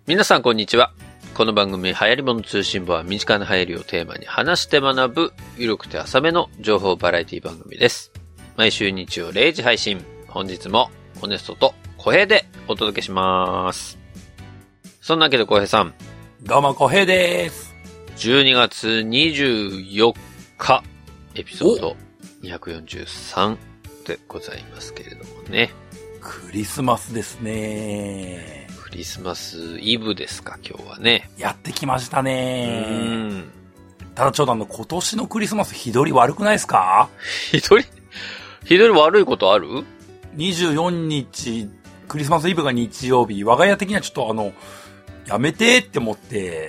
皆さんこんにちは。この番組流行り物通信簿は身近な流行りをテーマに話して学ぶ緩くて浅めの情報バラエティ番組です。毎週日曜0時配信。本日もホネストと小平でお届けします。そんなわけで小平さん。 どうも小平です。 12月24日エピソード243でございますけれどもね。 クリスマスですね。 クリスマスイブですか、今日はね。 やってきましたね。ただちょっと今年のクリスマス日取り悪くないですか？ 日取り悪いことある？ 24 日、クリスマスイブが日曜日、我が家的にはちょっとやめてって思って、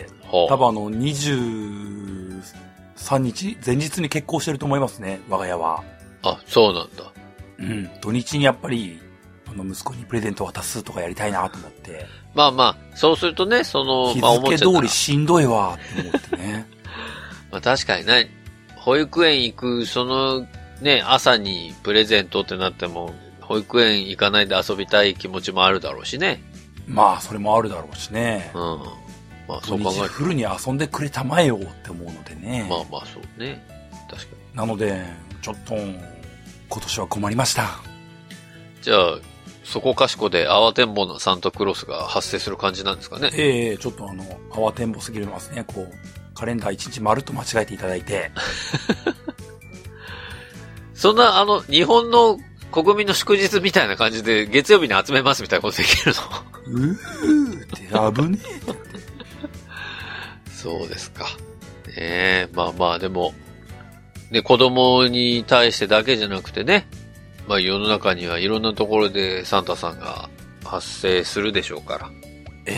多分23日前日に結婚してると思いますね、我が家は。 あ、そうなんだ。 うん、土日にやっぱり、息子にプレゼント渡すとかやりたいなと思って。 まあまあ、そうするとね、 日付通りしんどいわって思ってね。 まあ確かにね、保育園行く、ね、朝にプレゼントってなっても、保育園行かないで遊びたい気持ちもあるだろうしね。 まあ、それもあるだろうしね。 うん。まあそう考えて。 土日フルに遊んでくれたまえよって思うのでね。 まあまあそうね。確かに。 なので、ちょっと、今年は困りました。 じゃあ、そこかしこで慌てんぼうなサンタクロースが発生する感じなんですかね。 ちょっと慌てんぼすぎるますね。カレンダー1日まるっと間違えていただいて。 そんな日本の国民の祝日みたいな感じで月曜日に集めますみたいなことできるの？ って危ねえ。 そうですか。まあまあでも、ね、子供に対してだけじゃなくてね、まあ世の中にはいろんなところでサンタさんが発生するでしょうから。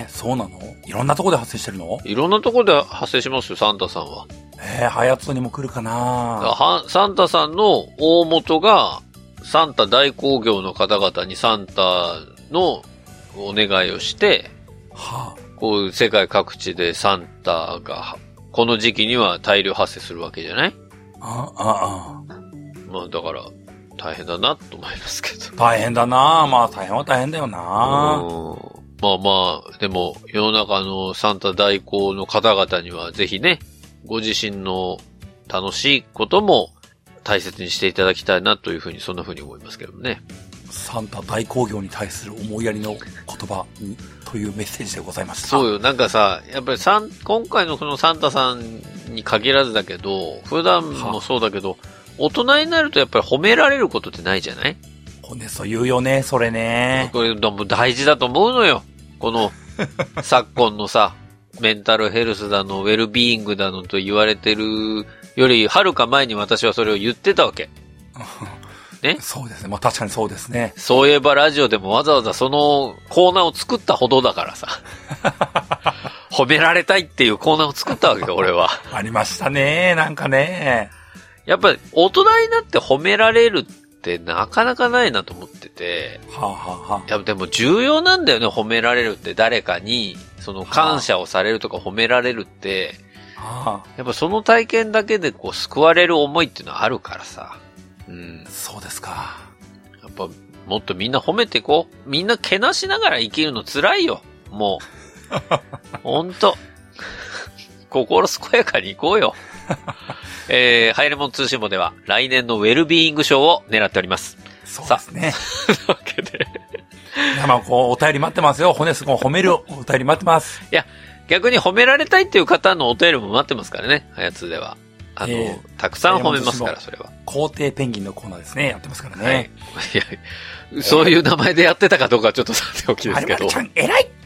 そうなの？いろんなとこで発生してるの？ いろんなところで発生しますよ、サンタさんは。 ハヤトにも来るかな？ サンタさんの大元が、サンタ代行業の方々にサンタのお願いをして、こう世界各地でサンタが、この時期には大量発生するわけじゃない？まあだから、大変だなと思いますけど。 大変だな。まあ大変は大変だよな。 まあまあ、でも世の中のサンタ代行の方々にはぜひね、ご自身の楽しいことも大切にしていただきたいなというふうに、そんなふうに思いますけどね。 サンタ代行業に対する思いやりの言葉にというメッセージでございました。 そうよ。なんかさ、やっぱり今回のこのサンタさんに限らずだけど、普段もそうだけど、大人になるとやっぱり褒められることってないじゃない？ そう言うよね、それね。 これ大事だと思うのよ。この、昨今のさ、メンタルヘルスだの、ウェルビーイングだのと言われてるより、はるか前に私はそれを言ってたわけ。ね？ そうですね。まあ確かにそうですね。 そういえばラジオでもわざわざそのコーナーを作ったほどだからさ。褒められたいっていうコーナーを作ったわけよ、俺は。 ありましたね、なんかね。 やっぱり大人になって褒められるってなかなかないなと思ってて。いやでも重要なんだよね、褒められるって。誰かにその感謝をされるとか褒められるって、やっぱその体験だけでこう救われる思いっていうのはあるからさ。 そうですか。 やっぱもっとみんな褒めてこう。みんなけなしながら生きるの辛いよ。もう。ほんと。心健やかに行こうよ。流行り物通信簿では来年のウェルビーイング賞を狙っております。 そうですね。 というわけで。 まあお便り待ってますよ。ホネスコ褒めるお便り待ってます。 いや、逆に褒められたいっていう方のお便りも待ってますからね。はやつでは。たくさん褒めますから、それは。 皇帝ペンギンのコーナーですね。やってますからね。 はい。いや、そういう名前でやってたかどうかはちょっとさておきですけど。 ちゃん、偉い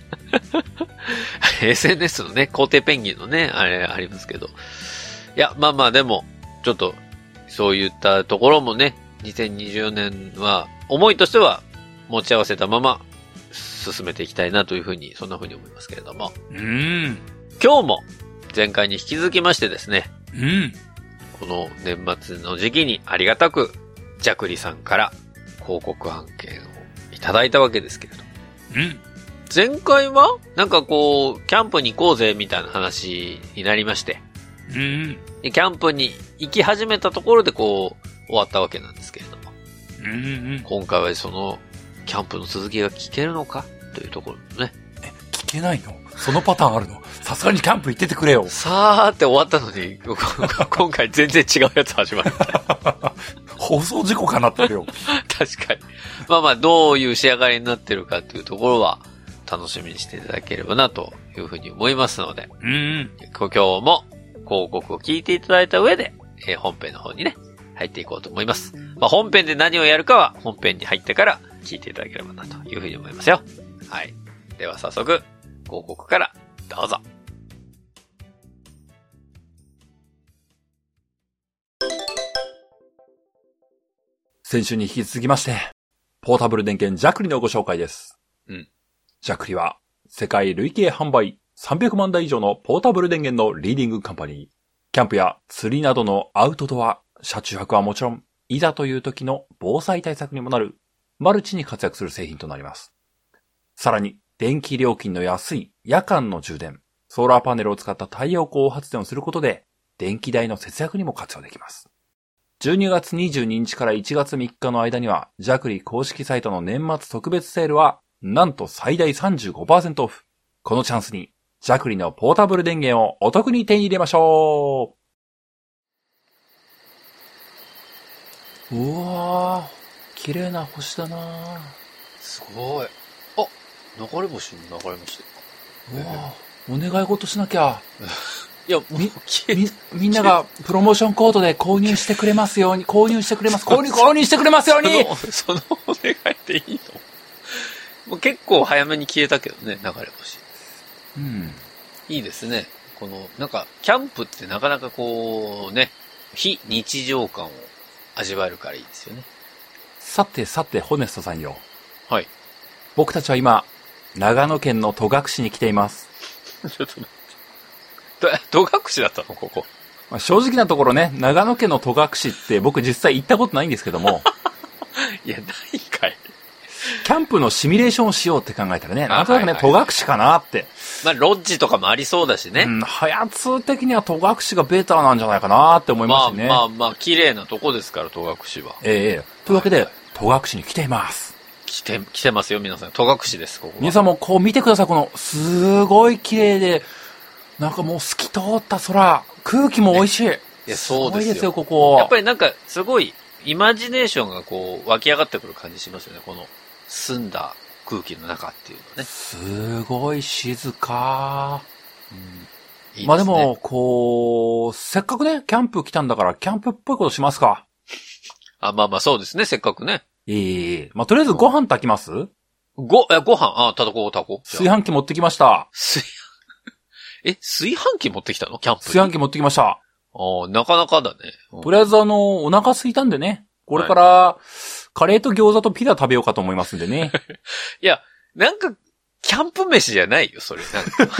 SNS のね、皇帝ペンギンのね、あれありますけど。いや、まあまあでも、ちょっと、そういったところもね、2024年は、思いとしては持ち合わせたまま進めていきたいなというふうに、そんなふうに思いますけれども。今日も前回に引き続きましてですね、この年末の時期にありがたく、ジャクリさんから広告案件をいただいたわけですけれど。前回はなんかこう、キャンプに行こうぜみたいな話になりまして。でキャンプに行き始めたところでこう、終わったわけなんですけれども。今回はその、キャンプの続きが聞けるのかというところですね。 聞けないの？ そのパターンあるの？さすがにキャンプ行っててくれよ。 さーって終わったのに、今回全然違うやつ始まった。 放送事故かなってるよ。 確かに。まあまあ、どういう仕上がりになってるかっていうところは、楽しみにしていただければなというふうに思いますので。今日も広告を聞いていただいた上で、本編の方にね、入っていこうと思います。まあ本編で何をやるかは本編に入ってから聞いていただければなというふうに思いますよ。はい。では早速、広告からどうぞ。 先週に引き続きまして、ポータブル電源ジャクリのご紹介です。ジャクリは世界累計販売300万台以上のポータブル電源のリーディングカンパニー。キャンプや釣りなどのアウトドア、車中泊はもちろん、いざという時の防災対策にもなる、マルチに活躍する製品となります。さらに、電気料金の安い夜間の充電、ソーラーパネルを使った太陽光発電をすることで、電気代の節約にも活用できます。12月22日から1月3日の間には、ジャクリ公式サイトの年末特別セールは、なんと最大 35% オフ。このチャンスに、ジャクリのポータブル電源をお得に手に入れましょう。うわー、綺麗な星だなー。 すごい。あ、流れ星に流れました。 うわー、お願い事しなきゃ。 いや、 みんながプロモーションコードで購入してくれますように、購入してくれますようにそのお願いでいいの？もう結構早めに消えたけどね、流れ星。いいですね。この、なんか、キャンプってなかなかこう、ね、非日常感を味わえるからいいですよね。 さて、ホネストさんよ。 はい。 僕たちは今、長野県の戸隠に来ています。 ちょっと待って。戸隠だったのここ。 まあ、正直なところね、長野県の戸隠って僕実際行ったことないんですけども。 いや、ないかい。 キャンプのシミュレーションをしようって考えたらね、なんとなくね、戸隠かなって。 まあ、ロッジとかもありそうだしね。 ハヤツ的には戸隠がベターなんじゃないかなって思いますね。 まあ、綺麗なとこですから、戸隠は。 というわけで、戸隠に来ています。 来てますよ、皆さん。戸隠です、ここは。 皆さんもこう見てください、この、すごい綺麗で、なんかもう透き通った空、空気も美味しい。いや、そうですよ。すごいですよ、ここ。 やっぱりなんか、すごい、イマジネーションがこう、湧き上がってくる感じしますよね、この、澄んだ空気の中っていうのね。 すごい静か。 いいですね。 まあでも、こう、せっかくね、キャンプ来たんだから、キャンプっぽいことしますか。 まあそうですね、せっかくね。 まあとりあえずご飯炊きます？ ご飯、炊こう。 炊飯器持ってきました。 炊飯器持ってきたの？キャンプ。 炊飯器持ってきました。 なかなかだね。 とりあえずお腹空いたんでね。これから、カレーと餃子とピザ食べようかと思いますんでね。 いや、なんか、キャンプ飯じゃないよ、それ。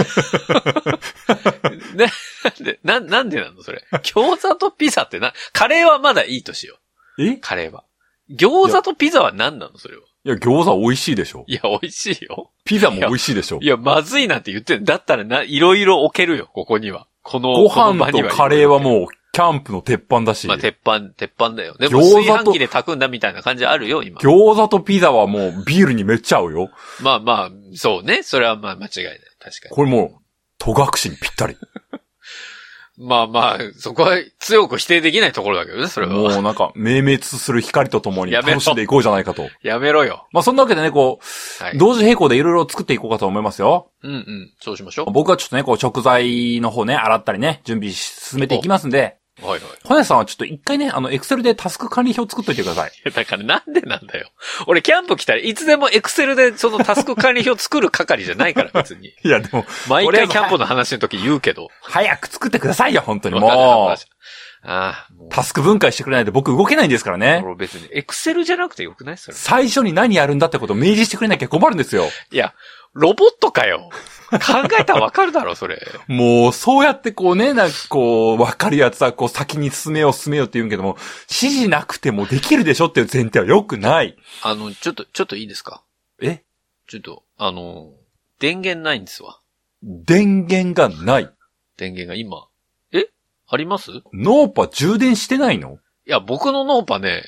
なんでなのそれ。餃子とピザってカレーはまだいいとしよう。カレーは。餃子とピザは何なのそれは。 いや、餃子美味しいでしょ。 いや、美味しいよ。 ピザも美味しいでしょ。 いや、まずいなんて言ってんだったらいろいろ置けるよ、ここには。ご飯とカレーはもう、キャンプの鉄板だし。 まあ、鉄板だよ。でも、炊飯器で炊くんだみたいな感じあるよ、今。 餃子とピザはもう、ビールにめっちゃ合うよ。 まあ、そうね。それはまあ、間違いない。確かに。 これもう、戸隠にぴったり。 まあ、そこは強く否定できないところだけどね、それは。 もうなんか、明滅する光とともに楽しんでいこうじゃないかと。 やめろよ。 まあそんなわけでね、こう、同時並行でいろいろ作っていこうかと思いますよ。 そうしましょう。 僕はちょっとね、こう食材の方ね、洗ったりね、準備進めていきますんで。ホネさんはちょっと一回ね、エクセルでタスク管理表作っといてください。 だからなんでなんだよ。俺キャンプ来たらいつでもエクセルでそのタスク管理表作る係じゃないから別に。 いやでも。 毎回キャンプの話の時言うけど。 早く作ってくださいよ、本当にもう。タスク分解してくれないと僕動けないんですからね。 別にエクセルじゃなくてよくないそれ。 最初に何やるんだってことを明示してくれなきゃ困るんですよ。 いや、ロボットかよ。考えたらわかるだろ、それ。 もう、そうやってこうね、なんかこう、わかるやつはこう先に進めようって言うんけども、指示なくてもできるでしょっていう前提は良くない。 ちょっといいですか？ちょっと、電源ないんですわ。 電源がない。 電源が今。あります？ ノーパ充電してないの？ いや、僕のノーパね、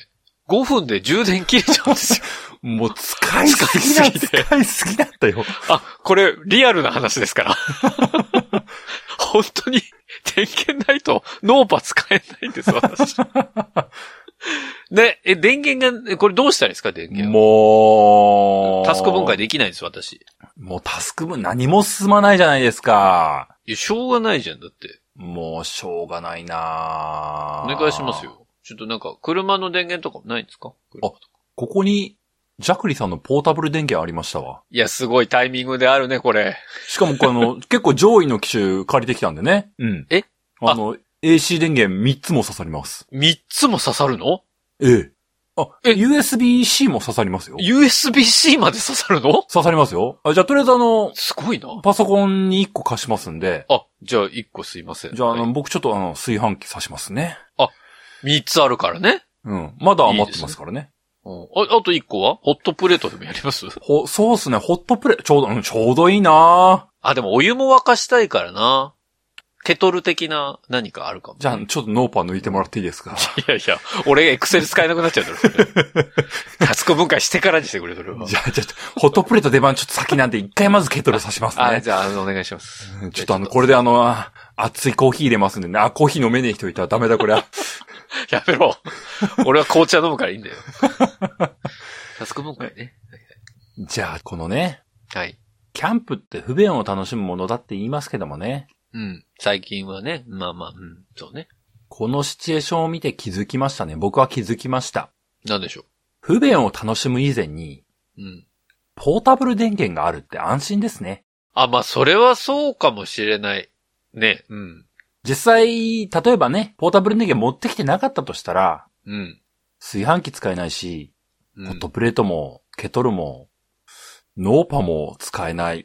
5分で充電切れちゃうんですよ。 もう使いすぎなんだよ。 あ、これリアルな話ですから。本当に電源ないとノーパ使えないんです、私。で、電源が、これどうしたらいいですか、電源。 もう、 タスク分解できないんです、私。 もうタスク分何も進まないじゃないですか。 いや、しょうがないじゃん、だって。 もう、しょうがないなお願いしますよ。ちょっとなんか、車の電源とかもないんですか？ ここに、ジャクリさんのポータブル電源ありましたわ。 いや、すごいタイミングであるね、これ。 しかも結構上位の機種借りてきたんでね。うん。AC 電源3つも刺さります。 3つも刺さるの？ ええ。USB-C も刺さりますよ。 USB-C まで刺さるの？ 刺さりますよ。じゃあ、とりあえずすごいな。 パソコンに1個貸しますんで。 じゃあ1個すいません。 じゃあ、僕ちょっと炊飯器刺しますね。 3つあるからね。 うん。まだ余ってますからね。 あと1個はホットプレートでもやります？ そうっすね。ホットプレート、ちょうどいいなでもお湯も沸かしたいからな。ケトル的な何かあるかも。 じゃあ、ちょっとノーパー抜いてもらっていいですか？ いや、俺エクセル使えなくなっちゃうだろ。タスク分解してからにしてくれ、それは。 じゃあ、ホットプレート出番ちょっと先なんで、一回まずケトル刺しますね。 じゃあ、お願いします。 ちょっとこれで熱いコーヒー入れますんでね。コーヒー飲めねえ人いたらダメだ、これは。 やめろ。俺は紅茶飲むからいいんだよ。タスク分解ね。 じゃあ、このね。 はい。 キャンプって不便を楽しむものだって言いますけどもね。 うん。最近はね。そうね。 このシチュエーションを見て気づきましたね。僕は気づきました。 なんでしょう。 不便を楽しむ以前に、ポータブル電源があるって安心ですね。 それはそうかもしれない。ね。うん。 実際、例えばね、ポータブル電源持ってきてなかったとしたら、炊飯器使えないし、ホットプレートも、ケトルも、ノーパも使えない。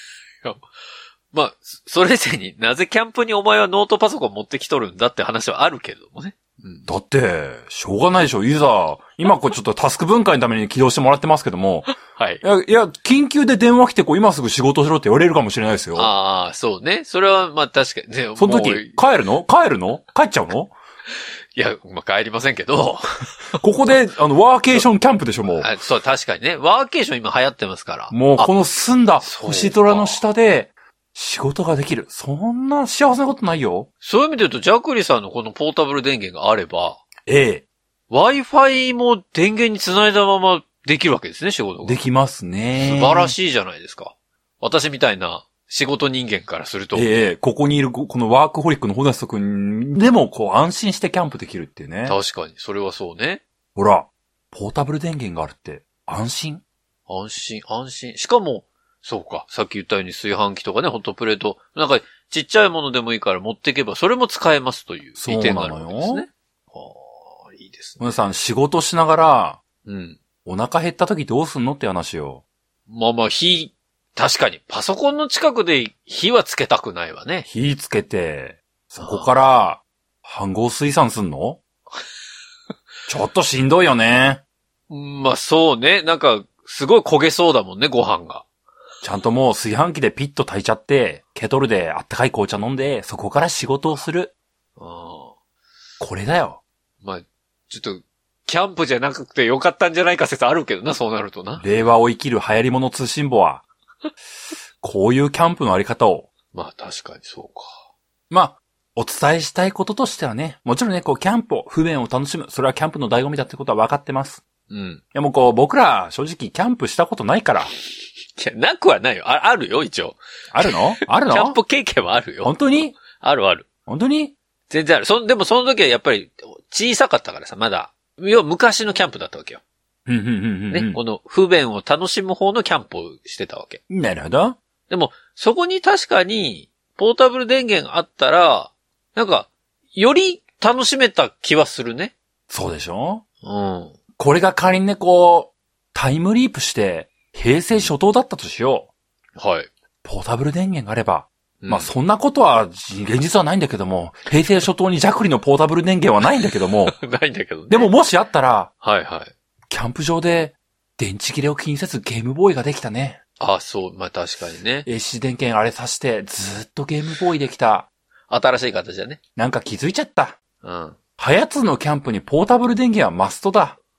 それ以前になぜキャンプにお前はノートパソコン持ってきとるんだって話はあるけれどもね。 だって、しょうがないでしょ。今これちょっとタスク分解のために起動してもらってますけども。 はい。 いや、緊急で電話来て今すぐ仕事しろって言われるかもしれないですよ。 そうね。それは確かにね。 その時、帰るの帰っちゃうの？ いや、帰りませんけど。 ここで、ワーケーションキャンプでしょ、もう。 そう、確かにね。ワーケーション今流行ってますから。 もうこの澄んだ星空の下で、仕事ができる。そんな幸せなことないよ。 そういう意味で言うと、ジャクリさんのこのポータブル電源があれば、Wi-Fi も電源につないだままできるわけですね、仕事が。 できますね。 素晴らしいじゃないですか。私みたいな仕事人間からすると。 ここにいる、このワークホリックのホネスト君でも安心してキャンプできるっていうね。 確かに、それはそうね。 ほら、ポータブル電源があるって安心。 しかも、そうか。さっき言ったように炊飯器とかね、ホットプレート。なんか、ちっちゃいものでもいいから持っていけば、それも使えますという利点があるわけですね。いいですね。 皆さん、仕事しながら、 うん。 お腹減った時どうすんのって話よ。 確かに、パソコンの近くで火はつけたくないわね。 火つけて、そこから、飯盒炊飯すんのちょっとしんどいよね。 そうね。なんか、すごい焦げそうだもんね、ご飯が。 ちゃんともう炊飯器でピッと炊いちゃって、ケトルであったかい紅茶飲んで、そこから仕事をする。これだよ。 ちょっと、キャンプじゃなくてよかったんじゃないか説あるけどな、そうなるとな。 令和を生きる流行り物通信簿は、こういうキャンプのあり方を。 確かにそうか。 お伝えしたいこととしてはね、もちろんね、キャンプを、不便を楽しむ。それはキャンプの醍醐味だってことは分かってます。 うん。 いやもう僕ら、正直キャンプしたことないから。 いや、なくはないよ。あるよ、一応。 あるのキャンプ経験はあるよ。 本当に？ ある。 本当に？ 全然ある。でもその時はやっぱり小さかったからさ、まだ。要は昔のキャンプだったわけよ。ね、この不便を楽しむ方のキャンプをしてたわけ。 なるほど。 でも、そこに確かに、ポータブル電源あったら、なんか、より楽しめた気はするね。 そうでしょ？ うん。 これが仮にね、タイムリープして、平成初頭だったとしよう。はい。 ポータブル電源があれば、そんなことは、現実はないんだけども、平成初頭にジャクリのポータブル電源はないんだけども。 ないんだけどね。 でももしあったら、 はいはい。 キャンプ場で、電池切れを気にせずゲームボーイができたね。 そう。確かにね。 AC 電源あれ挿して、ずっとゲームボーイできた。 新しい形だね。 なんか気づいちゃった。 うん。 はやつのキャンプにポータブル電源はマストだ。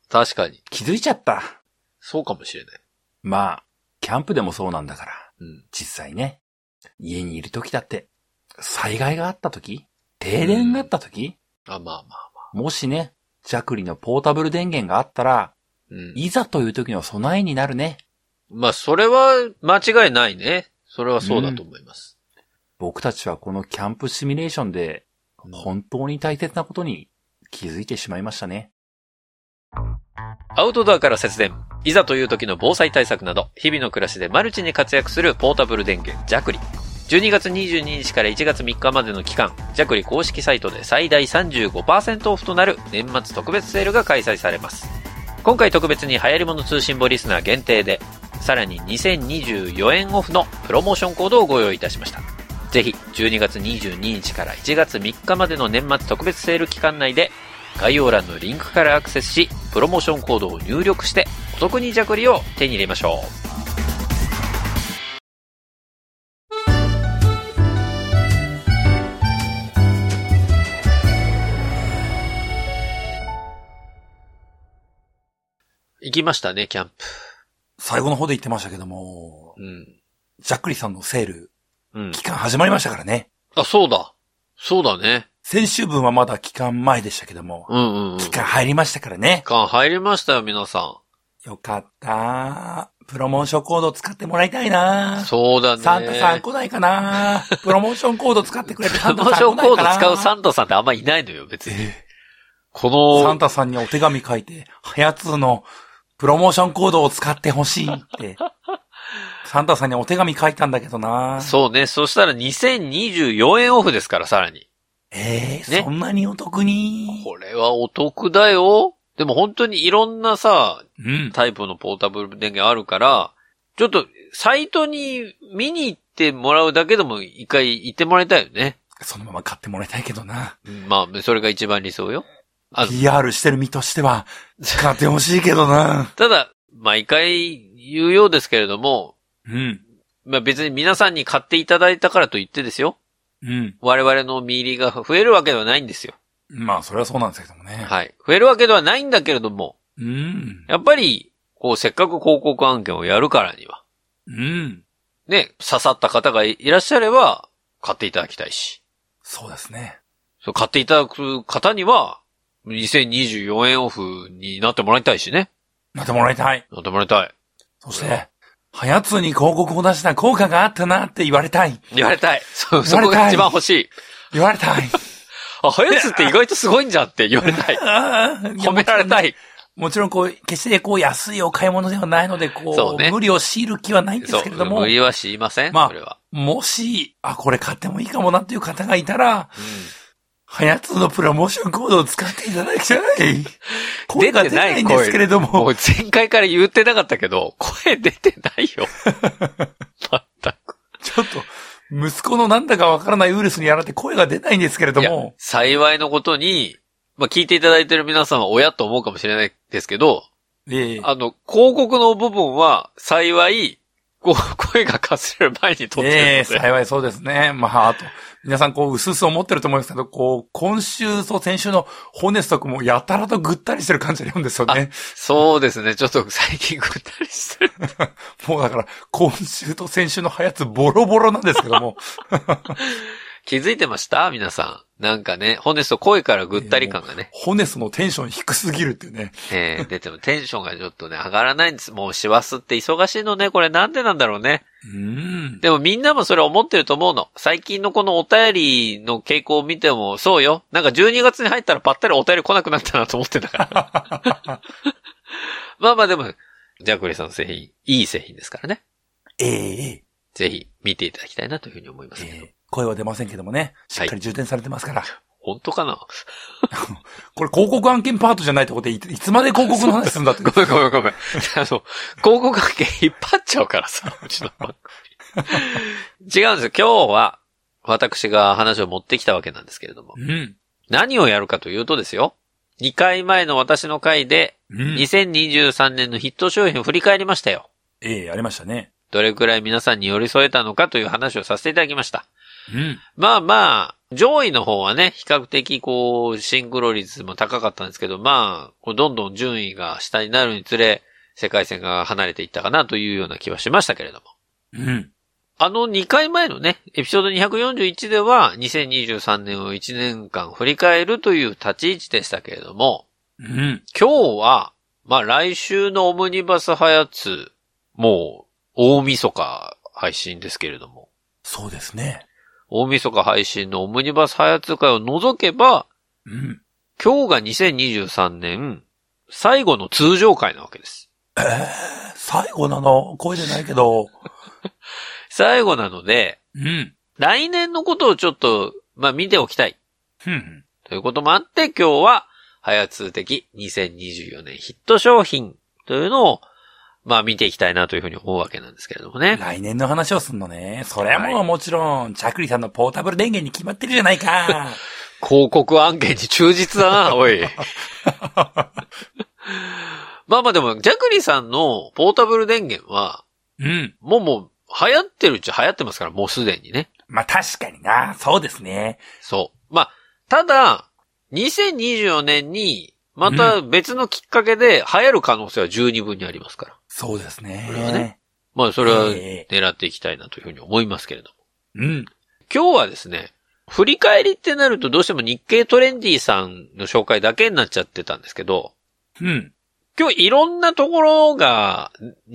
確かに。 気づいちゃった。 そうかもしれない。 まあ、キャンプでもそうなんだから。 うん。 実際ね。家にいる時だって、災害があった時、停電があった時、 まあ。 もしね、ジャクリのポータブル電源があったら、いざという時の備えになるね。 まあ、それは間違いないね。それはそうだと思います。 僕たちはこのキャンプシミュレーションで、本当に大切なことに気づいてしまいましたね。 アウトドアから節電、いざという時の防災対策など、日々の暮らしでマルチに活躍するポータブル電源、ジャクリ。12月22日から1月3日までの期間、ジャクリ公式サイトで最大 35% オフとなる年末特別セールが開催されます。今回特別に流行り物通信簿リスナー限定で、さらに2024円オフのプロモーションコードをご用意いたしました。ぜひ、12月22日から1月3日までの年末特別セール期間内で、概要欄のリンクからアクセスし、プロモーションコードを入力して、お得にジャクリを手に入れましょう。行きましたね、キャンプ。 最後の方で言ってましたけども、ジャックリさんのセール、期間始まりましたからね。 あ、そうだ。そうだね。 先週分はまだ期間前でしたけども、期間入りましたからね。 期間入りましたよ、皆さん。よかった。プロモーションコード使ってもらいたいな。 そうだね。 サンタさん来ないかな。プロモーションコード使ってくれてサンタさん来ないかな。 プロモーションコード使うサンタさんってあんまいないのよ、別に。 サンタさんにお手紙書いて、はやつのプロモーションコードを使ってほしいって。サンタさんにお手紙書いたんだけどな。 そうね。そしたら2024円オフですから、さらに。 ね、そんなにお得に。 これはお得だよ。でも本当にいろんなさ、タイプのポータブル電源あるから、ちょっとサイトに見に行ってもらうだけでも一回行ってもらいたいよね。 そのまま買ってもらいたいけどな。 まあ、それが一番理想よ。 PR してる身としては、買ってほしいけどな。 ただ、毎回言うようですけれども、まあ別に皆さんに買っていただいたからと言ってですよ。我々の見入りが増えるわけではないんですよ。 まあ、それはそうなんですけどもね。 はい。増えるわけではないんだけれども。やっぱり、せっかく広告案件をやるからには。ね、刺さった方がいらっしゃれば、買っていただきたいし。 そうですね。 買っていただく方には、2024円オフになってもらいたいしね。 なってもらいたい。 なってもらいたい。 そして、はやつに広告を出した効果があったなって言われたい。 言われたい。そこが一番欲しい。 言われたい。 はやつって意外とすごいんじゃんって言われたい。褒められたい。 もちろん決して安いお買い物ではないので、無理を強いる気はないんですけれども。 無理は強いません。 まあ、 それはもし、これ買ってもいいかもなっていう方がいたら、はやつのプロモーションコードを使っていただきたい。声が出ないんですけれども。 もう前回から言ってなかったけど、声出てないよ。全く。 ちょっと、息子のなんだかわからないウイルスにやられて声が出ないんですけれども。 幸いのことに、聞いていただいている皆さんは親と思うかもしれないですけど、広告の部分は幸い、声がかすれる前に撮ってるので。 幸いそうですね。あと、皆さん薄々思ってると思いますけど、今週と先週のホネスト君もやたらとぐったりしてる感じがあるんですよね。 そうですね。ちょっと最近ぐったりしてる。 もうだから、今週と先週のはやつボロボロなんですけども。 気づいてました皆さん。なんかね、ホネスト声からぐったり感がね。 ホネストのテンション低すぎるっていうね。 でもテンションがちょっとね、上がらないんです。もう師走って忙しいのね。これなんでなんだろうね。でもみんなもそれ思ってると思うの。最近のこのお便りの傾向を見てもそうよ。なんか12月に入ったらぱったりお便り来なくなったなと思ってたから。まあでも、ジャクリさんの製品、いい製品ですからね。ぜひ見ていただきたいなというふうに思いますけど。 声は出ませんけどもね。しっかり充電されてますから。 本当かなこれ広告案件パートじゃないとこでいつまで広告の話するんだって。 ごめん。広告案件引っ張っちゃうからさ、うちの番組。違うんですよ。今日は私が話を持ってきたわけなんですけれども。何をやるかというとですよ。2回前の私の回で、2023年のヒット商品を振り返りましたよ。 ありましたね。 どれくらい皆さんに寄り添えたのかという話をさせていただきました。まあ、 上位の方はね、比較的こう、シンクロ率も高かったんですけど、まあ、こうどんどん順位が下になるにつれ、世界線が離れていったかなというような気はしましたけれども。 うん。 2回前のね、エピソード241では、2023年を1年間振り返るという立ち位置でしたけれども、 うん。 今日は、まあ来週のオムニバスハヤツ、もう、大晦日配信ですけれども。 そうですね。 大晦日配信のオムニバスハヤツ会を除けば、 うん。 今日が2023年最後の通常回なわけです。 最後なの？声じゃないけど。 最後なので、 うん。 来年のことをちょっと、まあ見ておきたい。 うん。 ということもあって、今日は、ハヤツ的2024年ヒット商品というのを、まあ見ていきたいなというふうに思うわけなんですけれどもね。 来年の話をすんのね。それはもうもちろん、チャクリさんのポータブル電源に決まってるじゃないか。 広告案件に忠実だな、おい。まあまあでも、ジャクリさんのポータブル電源は、 うん。 もう流行ってるっちゃ流行ってますから、もうすでにね。 まあ確かにな。そうですね。 そう。まあ、ただ、2024年に、また別のきっかけで流行る可能性は十二分にありますから。 そうですね。 これはね。まあそれは狙っていきたいなというふうに思いますけれども。 うん。 今日はですね、振り返りってなるとどうしても日経トレンディさんの紹介だけになっちゃってたんですけど、 うん。 今日いろんなところが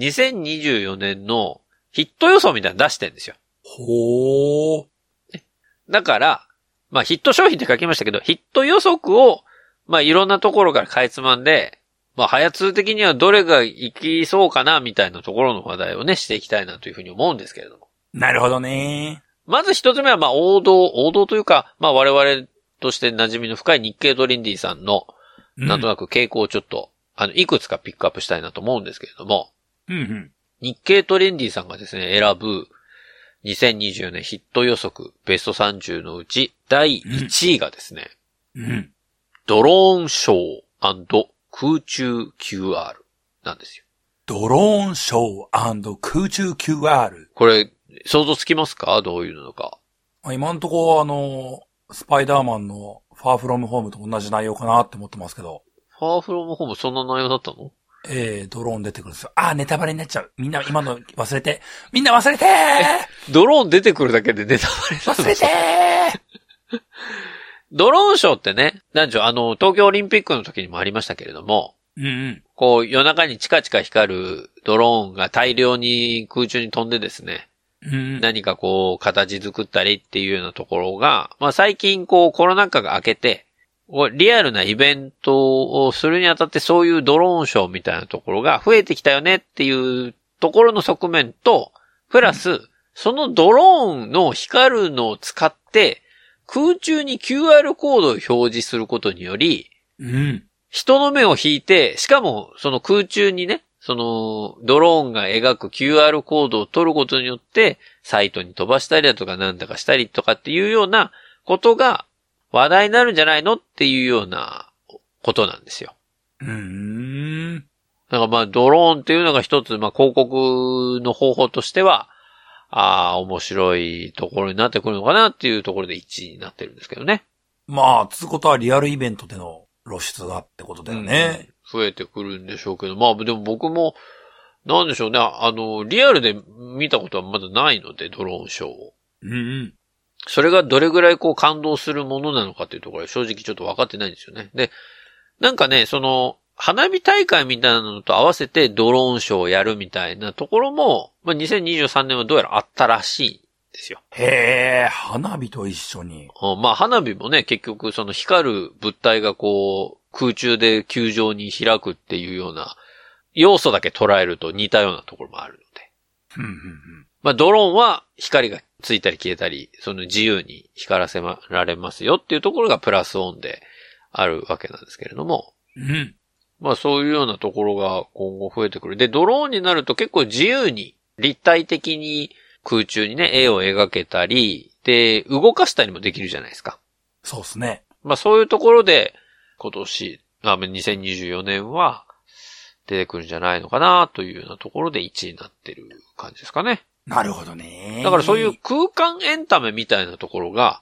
2024年のヒット予想みたいなの出してるんですよ。 ほー。 だから、まあヒット商品って書きましたけど、ヒット予測を、まあいろんなところからかいつまんで、まあ、早通的にはどれが行きそうかな、みたいなところの話題をね、していきたいなというふうに思うんですけれども。 なるほどね。 まず一つ目は、まあ、王道というか、まあ、我々として馴染みの深い日経トレンディさんの、なんとなく傾向をちょっと、いくつかピックアップしたいなと思うんですけれども、 うんうん。 日経トレンディさんがですね、選ぶ、2024年ヒット予測ベスト30のうち、第1位がですね、ドローンショー&空中 QR なんですよ。 ドローンショー&空中 QR。 これ、想像つきますか？どういうのか。 今んとこスパイダーマンのファーフロムホームと同じ内容かなって思ってますけど。 ファーフロムホームそんな内容だったの？ ドローン出てくるんですよ。ネタバレになっちゃう。みんな今の忘れて。みんな忘れてドローン出てくるだけでネタバレなの？ 忘れてドローンショーってね、なんでしょう、東京オリンピックの時にもありましたけれども、こう夜中にチカチカ光るドローンが大量に空中に飛んでですね、何かこう形作ったりっていうようなところが、まあ最近こうコロナ禍が明けて、リアルなイベントをするにあたってそういうドローンショーみたいなところが増えてきたよねっていうところの側面と、プラス、そのドローンの光るのを使って空中に QR コードを表示することにより、人の目を引いて、しかもその空中にね、そのドローンが描く QR コードを取ることによって、サイトに飛ばしたりだとかなんだかしたりとかっていうようなことが話題になるんじゃないのっていうようなことなんですよ。だからまあドローンっていうのが一つ、まあ広告の方法としては、面白いところになってくるのかなっていうところで1位になってるんですけどね。 まあ、つうことはリアルイベントでの露出だってことだよね。 増えてくるんでしょうけど、まあでも僕も、なんでしょうね、リアルで見たことはまだないので、ドローンショーを。それがどれぐらいこう感動するものなのかっていうところは正直ちょっと分かってないんですよね。で、なんかね、花火大会みたいなのと合わせてドローンショーをやるみたいなところも、まあ、2023年はどうやらあったらしいんですよ。 へー、花火と一緒に。 まあ花火もね、結局光る物体がこう空中で球状に開くっていうような要素だけ捉えると似たようなところもあるので。まあドローンは光がついたり消えたり、自由に光らせられますよっていうところがプラスオンであるわけなんですけれども。まあそういうようなところが今後増えてくる。で、ドローンになると結構自由に立体的に空中にね、絵を描けたり、で、動かしたりもできるじゃないですか。 そうですね。 まあそういうところで今年、2024年は出てくるんじゃないのかなというようなところで1位になってる感じですかね。 なるほどね。 だからそういう空間エンタメみたいなところが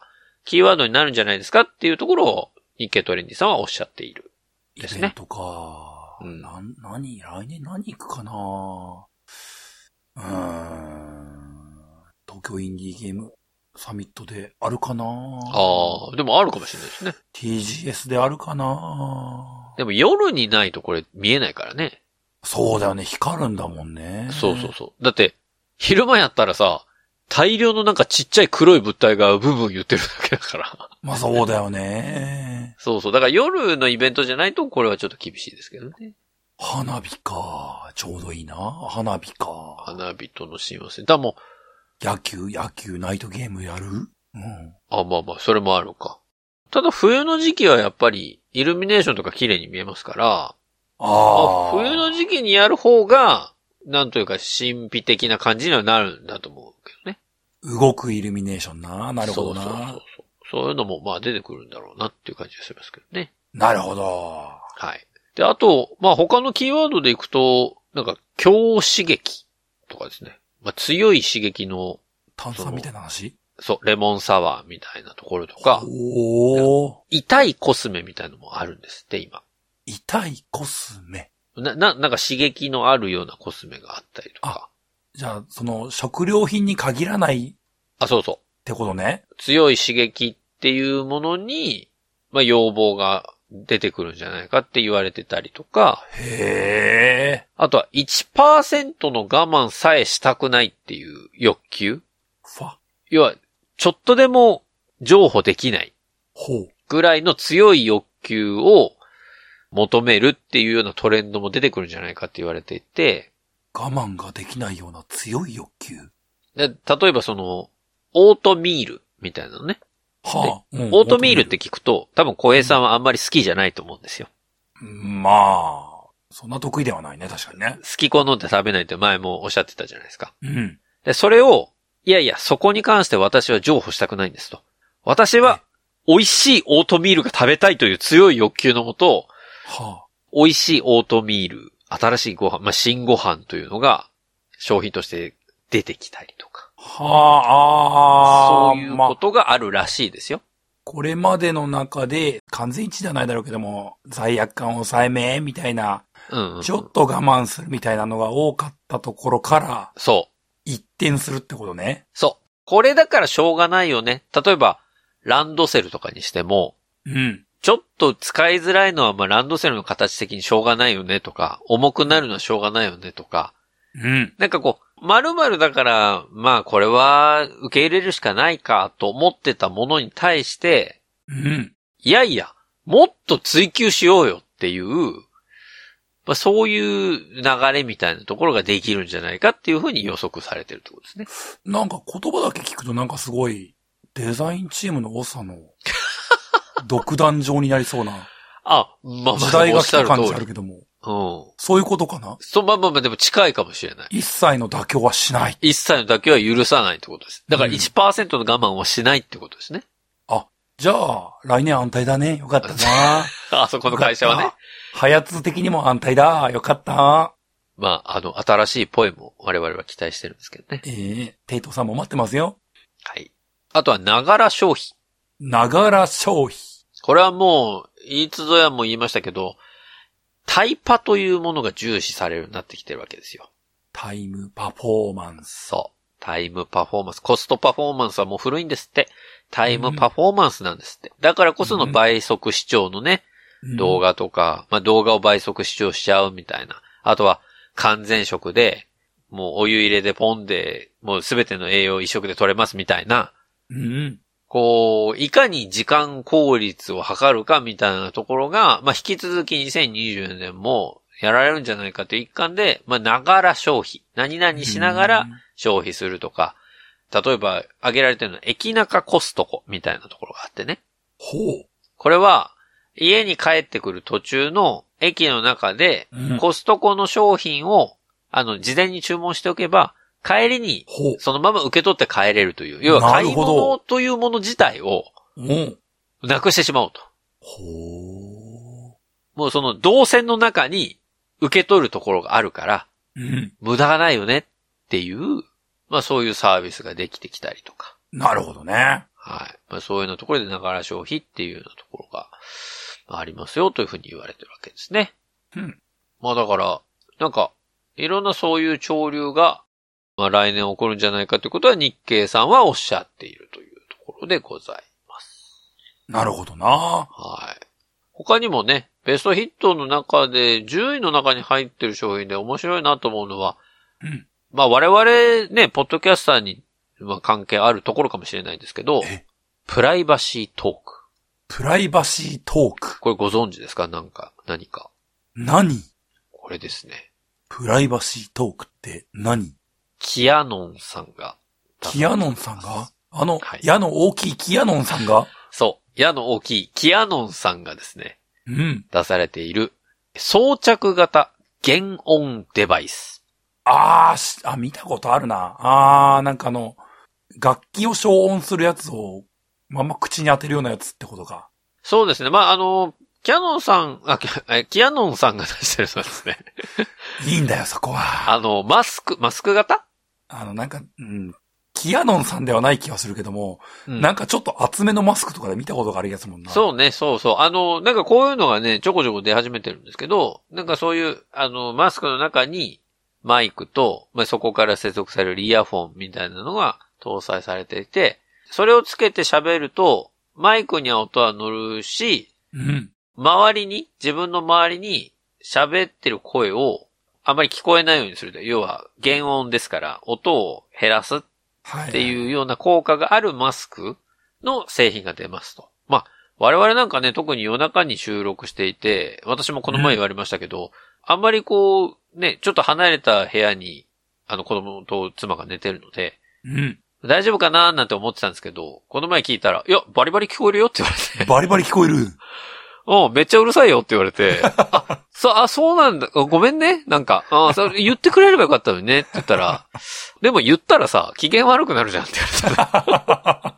キーワードになるんじゃないですかっていうところを日経トレンディさんはおっしゃっている。ですね。 イベントか。来年何行くかな。東京インディーゲームサミットであるかな。 でもあるかもしれないですね。 TGS であるかな。 でも夜にないとこれ見えないからね。 そうだよね。光るんだもんね。 そう。だって、昼間やったらさ、大量のなんかちっちゃい黒い物体がブンブン言ってるだけだから。 まあそうだよね。 そう。だから夜のイベントじゃないとこれはちょっと厳しいですけどね。 花火か。ちょうどいいな。花火か。 花火との親和性。だもう。 野球、ナイトゲームやる？ まあ、それもあるか。ただ冬の時期はやっぱりイルミネーションとか綺麗に見えますから、冬の時期にやる方が、なんというか神秘的な感じにはなるんだと思うけどね。 動くイルミネーションな。なるほどな。 そういうのもまあ出てくるんだろうなっていう感じがしますけどね。 なるほど。 はい。で、あと、まあ他のキーワードでいくと、なんか強刺激とかですね。まあ強い刺激の。 炭酸みたいな話？ そう、レモンサワーみたいなところとか。痛いコスメみたいなのもあるんですって、今。 痛いコスメ。 なんか刺激のあるようなコスメがあったりとか。 じゃあ、その食料品に限らない。 そう。 ってことね。 強い刺激っていうものに、まあ要望が出てくるんじゃないかって言われてたりとか。 へー。 あとは 1% の我慢さえしたくないっていう欲求。要は、ちょっとでも譲歩できないぐらいの強い欲求を求めるっていうようなトレンドも出てくるんじゃないかって言われていて。 我慢ができないような強い欲求。 で、例えばその、オートミールみたいなのね。オートミールって聞くと、多分小平さんはあんまり好きじゃないと思うんですよ。 まあ、そんな得意ではないね、確かにね。 好き好んで食べないって前もおっしゃってたじゃないですか。 で、 それを、いや、そこに関して私は譲歩したくないんですと。私は、美味しいオートミールが食べたいという強い欲求のもと、美味しいオートミール、新しいご飯、新ご飯というのが商品として出てきたりとか。そういうことがあるらしいですよ。 これまでの中で完全一致ではないだろうけども、罪悪感を抑えめみたいな、ちょっと我慢するみたいなのが多かったところから、一転するってことね。そう。 これだからしょうがないよね。例えば、ランドセルとかにしても、ちょっと使いづらいのはランドセルの形的にしょうがないよねとか、重くなるのはしょうがないよねとか、なんかこう、〇〇だから、まあこれは受け入れるしかないかと思ってたものに対して、いや、もっと追求しようよっていう、そういう流れみたいなところができるんじゃないかっていうふうに予測されてるってことですね。 なんか言葉だけ聞くとなんかすごい、デザインチームの長の独壇場になりそうな。時代が来た感じあるけども。そういうことかな？ でも近いかもしれない。 一切の妥協はしない。 一切の妥協は許さないってことです。だから 1% の我慢はしないってことですね。 じゃあ、来年安泰だね。よかったな。 そこの会社はね。 ハヤツ的にも安泰だ。よかった。 新しいポエムを我々は期待してるんですけどね。 テイトさんも待ってますよ。 はい。あとは、ながら消費。 ながら消費。これはもう、いつぞやも言いましたけど、タイパというものが重視されるようになってきてるわけですよ。 タイムパフォーマンス。 そう。タイムパフォーマンス。コストパフォーマンスはもう古いんですって。タイムパフォーマンスなんですって。だからこその倍速視聴のね、動画とか、動画を倍速視聴しちゃうみたいな。あとは、完全食で、もうお湯入れでポンで、もうすべての栄養一食で取れますみたいな。こう、いかに時間効率を測るかみたいなところが、引き続き2020年もやられるんじゃないかという一環で、ながら消費。何々しながら消費するとか、例えば挙げられてるのは駅中コストコみたいなところがあってね。これは、家に帰ってくる途中の駅の中で、コストコの商品を、事前に注文しておけば、帰りに、そのまま受け取って帰れるという。要は買い物というもの自体を、なくしてしまおうと。もうその動線の中に受け取るところがあるから、無駄がないよねっていう、そういうサービスができてきたりとか。 なるほどね。 はい。まあ、そういうようなところでながら消費っていうようなところがありますよというふうに言われてるわけですね。 うん。 まあだから、なんか、いろんなそういう潮流が、まあ来年起こるんじゃないかということは日経さんはおっしゃっているというところでございます。 なるほどな。 はい。他にもね、ベストヒットの中で10位の中に入ってる商品で面白いなと思うのは、 うん。 まあ我々ね、ポッドキャスターに関係あるところかもしれないですけど、プライバシートーク。 プライバシートーク。 これご存知ですか？何か。 何？ これですね。 プライバシートークって何？ キヤノンさんが。 キヤノンさんが？ はい、 矢の大きいキヤノンさんが？ そう。矢の大きいキヤノンさんがですね。 うん。 出されている装着型減音デバイス。 見たことあるな。なんか楽器を消音するやつを、まんま口に当てるようなやつってことか。 そうですね。まあ、キヤノンさんが出してるそうですね。 いいんだよ、そこは。 マスク型？ キヤノンさんではない気はするけども、なんかちょっと厚めのマスクとかで見たことがあるやつもんな。 そうね、そうそう。なんかこういうのがね、ちょこちょこ出始めてるんですけど、なんかそういう、マスクの中にマイクと、まあ、そこから接続されるイヤフォンみたいなのが搭載されていて、それをつけて喋ると、マイクには音は乗るし、 うん。 自分の周りに喋ってる声をあまり聞こえないようにすると。要は、減音ですから、音を減らすっていうような効果があるマスクの製品が出ますと。まあ、我々なんかね、特に夜中に収録していて、私もこの前言われましたけど、あんまりこう、ね、ちょっと離れた部屋に、子供と妻が寝てるので、大丈夫かなーなんて思ってたんですけど、この前聞いたら、いや、バリバリ聞こえるよって言われて。 バリバリ聞こえる。 めっちゃうるさいよって言われて、そうなんだ、ごめんね、なんか、それ言ってくれればよかったのにねって言ったら、でも言ったらさ、機嫌悪くなるじゃんって言われた。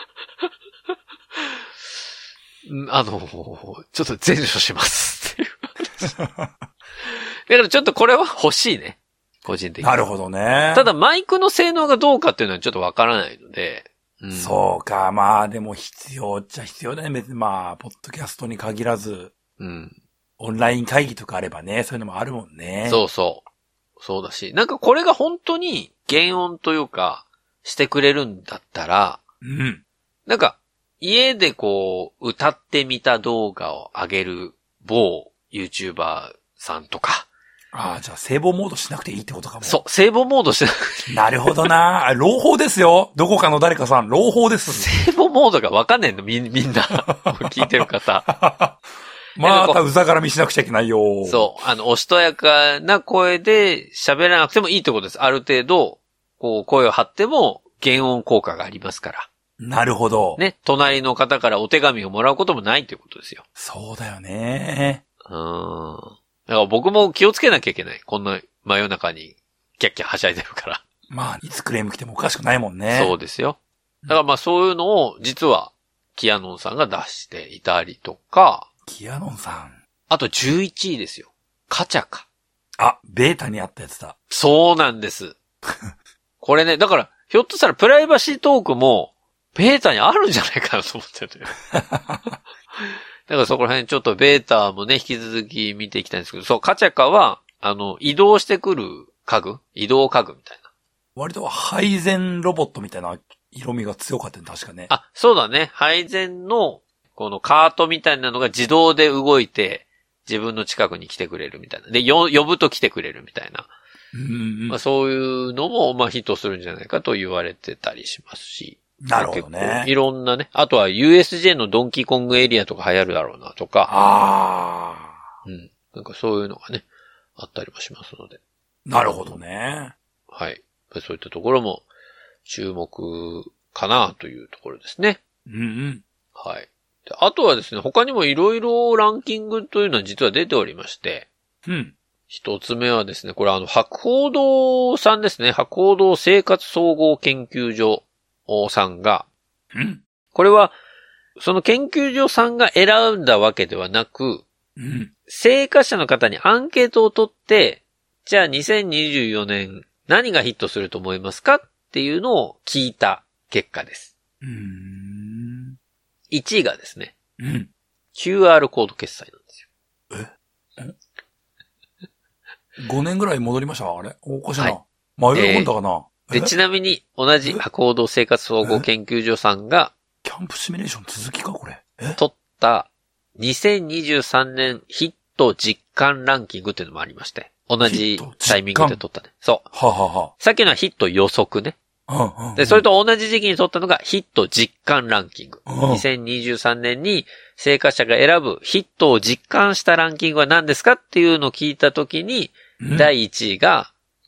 ちょっと前処しますっていう。だからちょっとこれは欲しいね。個人的に。 なるほどね。 ただマイクの性能がどうかっていうのはちょっとわからないので。 そうか。まあでも必要っちゃ必要だね。別にまあ、ポッドキャストに限らず。オンライン会議とかあればね、そういうのもあるもんね。 そうそう。そうだし。なんかこれが本当に減音というか、してくれるんだったら、なんか、家でこう、歌ってみた動画を上げる某 YouTuber さんとか。 じゃあ、セーボモードしなくていいってことかも。 そう、セーボモードしなくていい。 なるほどな。朗報ですよ。どこかの誰かさん、朗報です。 セーボモードがわかんねえの、みんな。聞いてる方。 またうざがらみしなくちゃいけないよ。 そう。おしとやかな声で喋らなくてもいいってことです。ある程度、こう、声を張っても、減音効果がありますから。 なるほど。 ね。隣の方からお手紙をもらうこともないということですよ。 そうだよね。 だから僕も気をつけなきゃいけない。こんな真夜中にキャッキャはしゃいでるから。 まあ、いつクレーム来てもおかしくないもんね。 そうですよ。だからまあそういうのを実はキヤノンさんが出していたりとか。 キヤノンさん。 あと11位ですよ。カチャカ。 ベータにあったやつだ。 そうなんです。これね、だからひょっとしたらプライバシートークもベータにあるんじゃないかなと思ってる。だからそこら辺ちょっとベータもね、引き続き見ていきたいんですけど、そう、カチャカは、移動してくる移動家具みたいな。 割と配膳ロボットみたいな色味が強かったね、確かね。 そうだね。配膳の、このカートみたいなのが自動で動いて、自分の近くに来てくれるみたいな。で、呼ぶと来てくれるみたいな。まあ、そういうのも、まあ、ヒットするんじゃないかと言われてたりしますし。 なるほどね。 いろんなね。あとは USJ のドンキーコングエリアとか流行るだろうなとか。なんかそういうのがね、あったりもしますので。 なるほどね。 はい。そういったところも注目かなというところですね。はい。あとはですね、他にもいろいろランキングというのは実は出ておりまして。一つ目はですね、これ博報堂さんですね。博報堂生活総合研究所さんが、これは、その研究所さんが選んだわけではなく、生活者の方にアンケートを取って、じゃあ2024年何がヒットすると思いますかっていうのを聞いた結果です。 1位がですね、 うん。 QR コード決済なんですよ。 5年ぐらい戻りましたあれおかしいな。 はい迷い込んだかな、 で、ちなみに、同じ行動生活総合研究所さんが、 キャンプシミュレーション続きかこれ。 取った2023年ヒット実感ランキングっていうのもありまして、同じタイミングで取ったね。そう。 ははは。 さっきのはヒット予測ね。 うんうん、 で、それと同じ時期に取ったのがヒット実感ランキング。 うん、 2023年に生活者が選ぶヒットを実感したランキングは何ですかっていうのを聞いたときに、第1位が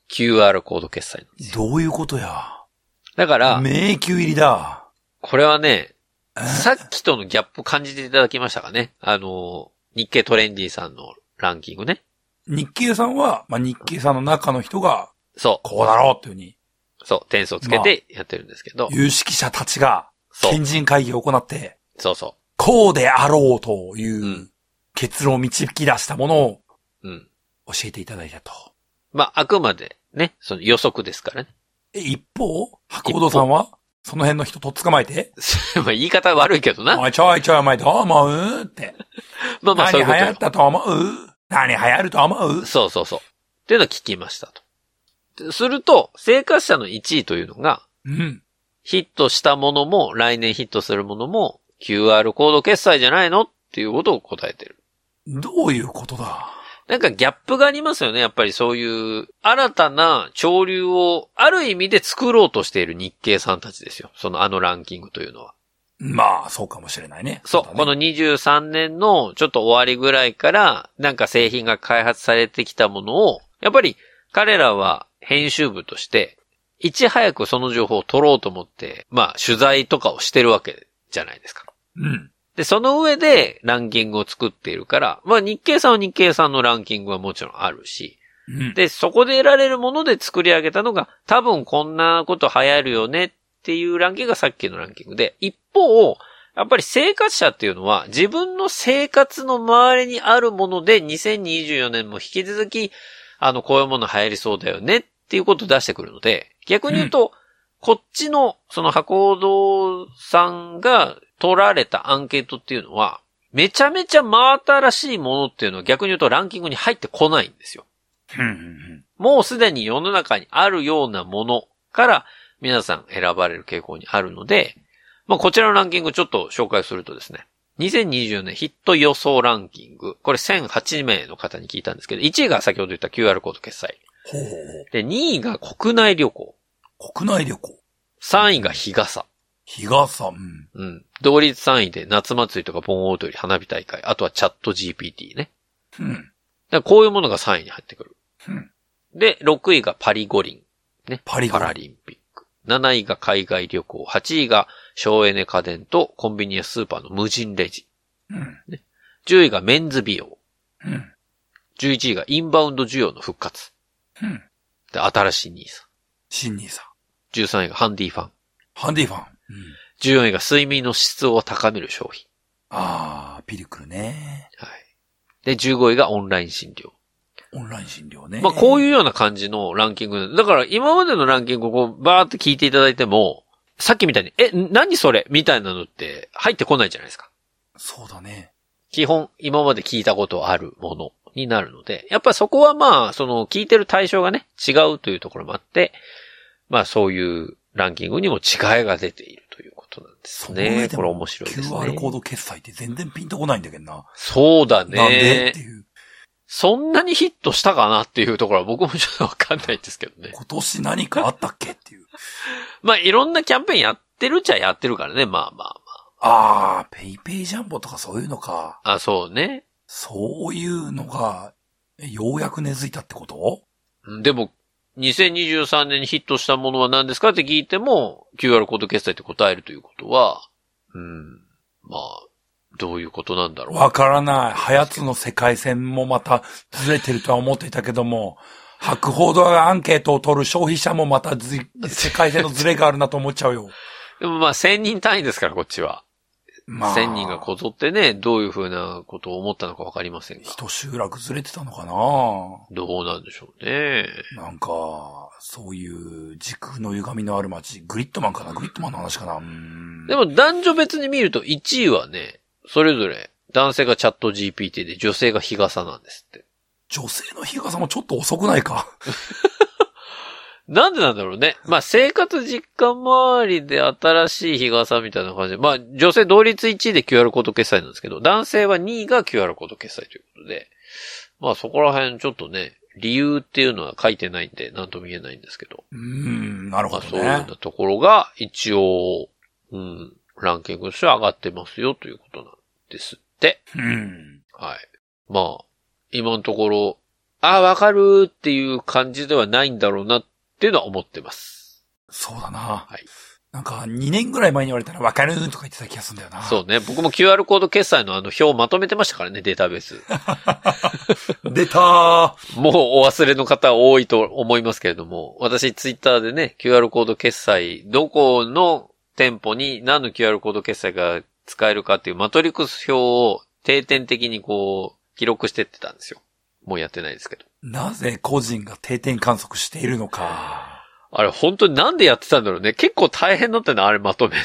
QR コード決済なんですよ。 どういうことや。 だから、 迷宮入りだ。 これはね、さっきとのギャップ感じていただきましたかね。日経トレンディさんのランキングね。 日経さんは、まあ、日経さんの中の人が、 そう。 こうだろうっていうふうに。 そう、点数をつけてやってるんですけど。 有識者たちが、賢人会議を行って、 そうそう。 こうであろうという結論を導き出したものを、教えていただいたと。 まあ、あくまでね、その予測ですからね。 一方、白鸚さんは、その辺の人と捕まえてまあ言い方悪いけどな。 おいちょいちょいお前どう思うって。 まあまあそういうことよ。 何流行ったと思う何流行ると思うそうそうそう。っていうのを聞きましたと。すると、生活者の1位というのが、ヒットしたものも、来年ヒットするものも、QR コード決済じゃないのっていうことを答えてる。 どういうことだなんかギャップがありますよね。やっぱりそういう新たな潮流をある意味で作ろうとしている日経さんたちですよ。そのランキングというのは。 まあ、そうかもしれないね。 そう。 ね、 この23年のちょっと終わりぐらいからなんか製品が開発されてきたものを、やっぱり彼らは編集部としていち早くその情報を取ろうと思って、まあ取材とかをしてるわけじゃないですか。で、その上でランキングを作っているから、まあ日経さんは日経さんのランキングはもちろんあるし、で、そこで得られるもので作り上げたのが、多分こんなこと流行るよねっていうランキングがさっきのランキングで、一方、やっぱり生活者っていうのは自分の生活の周りにあるもので2024年も引き続き、こういうもの流行りそうだよねっていうことを出してくるので、逆に言うと、こっちの、その博報堂さんが取られたアンケートっていうのは、めちゃめちゃ真新しいものっていうのは逆に言うとランキングに入ってこないんですよ。もうすでに世の中にあるようなものから皆さん選ばれる傾向にあるので、まあこちらのランキングちょっと紹介するとですね、2020年ヒット予想ランキング、これ1008名の方に聞いたんですけど、1位が先ほど言った QR コード決済。で、2位が国内旅行。 国内旅行。 3位が日傘。 日傘、 同率3位で夏祭りとか盆踊り、花火大会、あとはチャット GPT ね。だからこういうものが3位に入ってくる。で、6位がパリ五輪。ね。パラリンピック。7位が海外旅行。8位が省エネ家電とコンビニやスーパーの無人レジ。ね、10位がメンズ美容。11位がインバウンド需要の復活。で、新しいニーサ。 新ニーサ。 13位がハンディファン。 ハンディファン。 14位が睡眠の質を高める商品。 ピルクルね。 はい。で、15位がオンライン診療。 オンライン診療ね。 まあ、こういうような感じのランキング。だから、今までのランキングをこう、バーって聞いていただいても、さっきみたいに、何それみたいなのって入ってこないじゃないですか。 そうだね。 基本、今まで聞いたことあるものになるので、やっぱそこはまあ、その、聞いてる対象がね、違うというところもあって、まあ、そういうランキングにも違いが出ているということなんですね。これ面白いですね。 QR コード決済って全然ピンとこないんだけどな。 そうだね。 なんでっていう。 そんなにヒットしたかなっていうところは僕もちょっとわかんないんですけどね。 今年何かあったっけっていう。 まあ、いろんなキャンペーンやってるっちゃやってるからね、まあまあまあ。ペイペイジャンボとかそういうのか。 そうね。 そういうのが、ようやく根付いたってこと？ でも、2023年にヒットしたものは何ですかって聞いても、QR コード決済って答えるということは、まあ、どういうことなんだろう。 わからない。ハヤツの世界線もまたずれてるとは思っていたけども、博報堂がアンケートを取る消費者もまた世界線のずれがあるなと思っちゃうよ。 でもまあ1000人単位ですから、こっちは。まあ。1000人がこぞってね、どういうふうなことを思ったのかわかりませんが。 一集落ずれてたのかな？ どうなんでしょうね。 なんか、 そういう時空の歪みのある街、グリッドマンかな、グリッドマンの話かな。 でも男女別に見ると1位はね、それぞれ男性がチャット GPT で女性が日傘なんですって。 女性の日傘もちょっと遅くないか。 なんでなんだろうね。まあ生活実感周りで新しい日傘みたいな感じで、まあ女性同率1位で QR コード決済なんですけど、男性は2位が QR コード決済ということで、まあそこら辺ちょっとね、理由っていうのは書いてないんで、なんとも言えないんですけど。 なるほどね。 まあ、そういうようなところが一応、ランキングとしては上がってますよということなんですって。はい。まあ、今のところ、わかるっていう感じではないんだろうなっていうのは思ってます。 そうだな。 はい。 なんか2年ぐらい前に言われたらわかるとか言ってた気がするんだよな。 そうね。僕も QR コード決済の表をまとめてましたからね、データベース。 出たー。 もうお忘れの方多いと思いますけれども、私ツイッターでね、QR コード決済、どこの店舗に何の QR コード決済が使えるかっていうマトリクス表を定点的にこう、記録してってたんですよ。もうやってないですけど。なぜ個人が定点観測しているのか。 あれ本当になんでやってたんだろうね。結構大変だったな、あれまとめる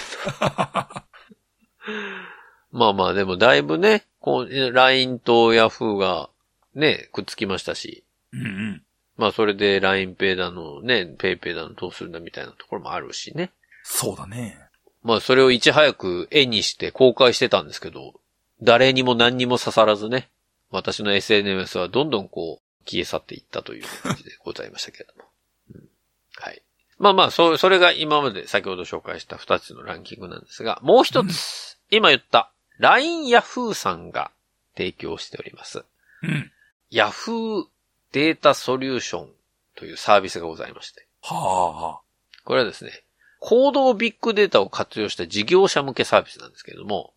まあまあでもだいぶね、こう、LINE と Yahoo がね、くっつきましたし。まあそれで LINEPay だのね、PayPay だのどうするんだみたいなところもあるしね。 そうだね。 まあそれをいち早く絵にして公開してたんですけど、誰にも何にも刺さらずね、私の SNS はどんどんこう消え去っていったという感じでございましたけれども。はい。まあまあ、それが今まで先ほど紹介した2つのランキングなんですが、もう一つ、今言った LINE Yahoo さんが提供しております。Yahoo データソリューションというサービスがございまして。これはですね、行動ビッグデータを活用した事業者向けサービスなんですけれども、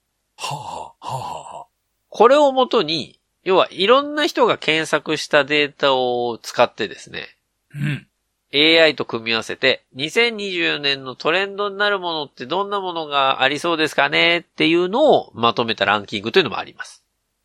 これをもとに、要はいろんな人が検索したデータを使ってですね、AI と組み合わせて、2024年のトレンドになるものってどんなものがありそうですかねっていうのをまとめたランキングというのもあります。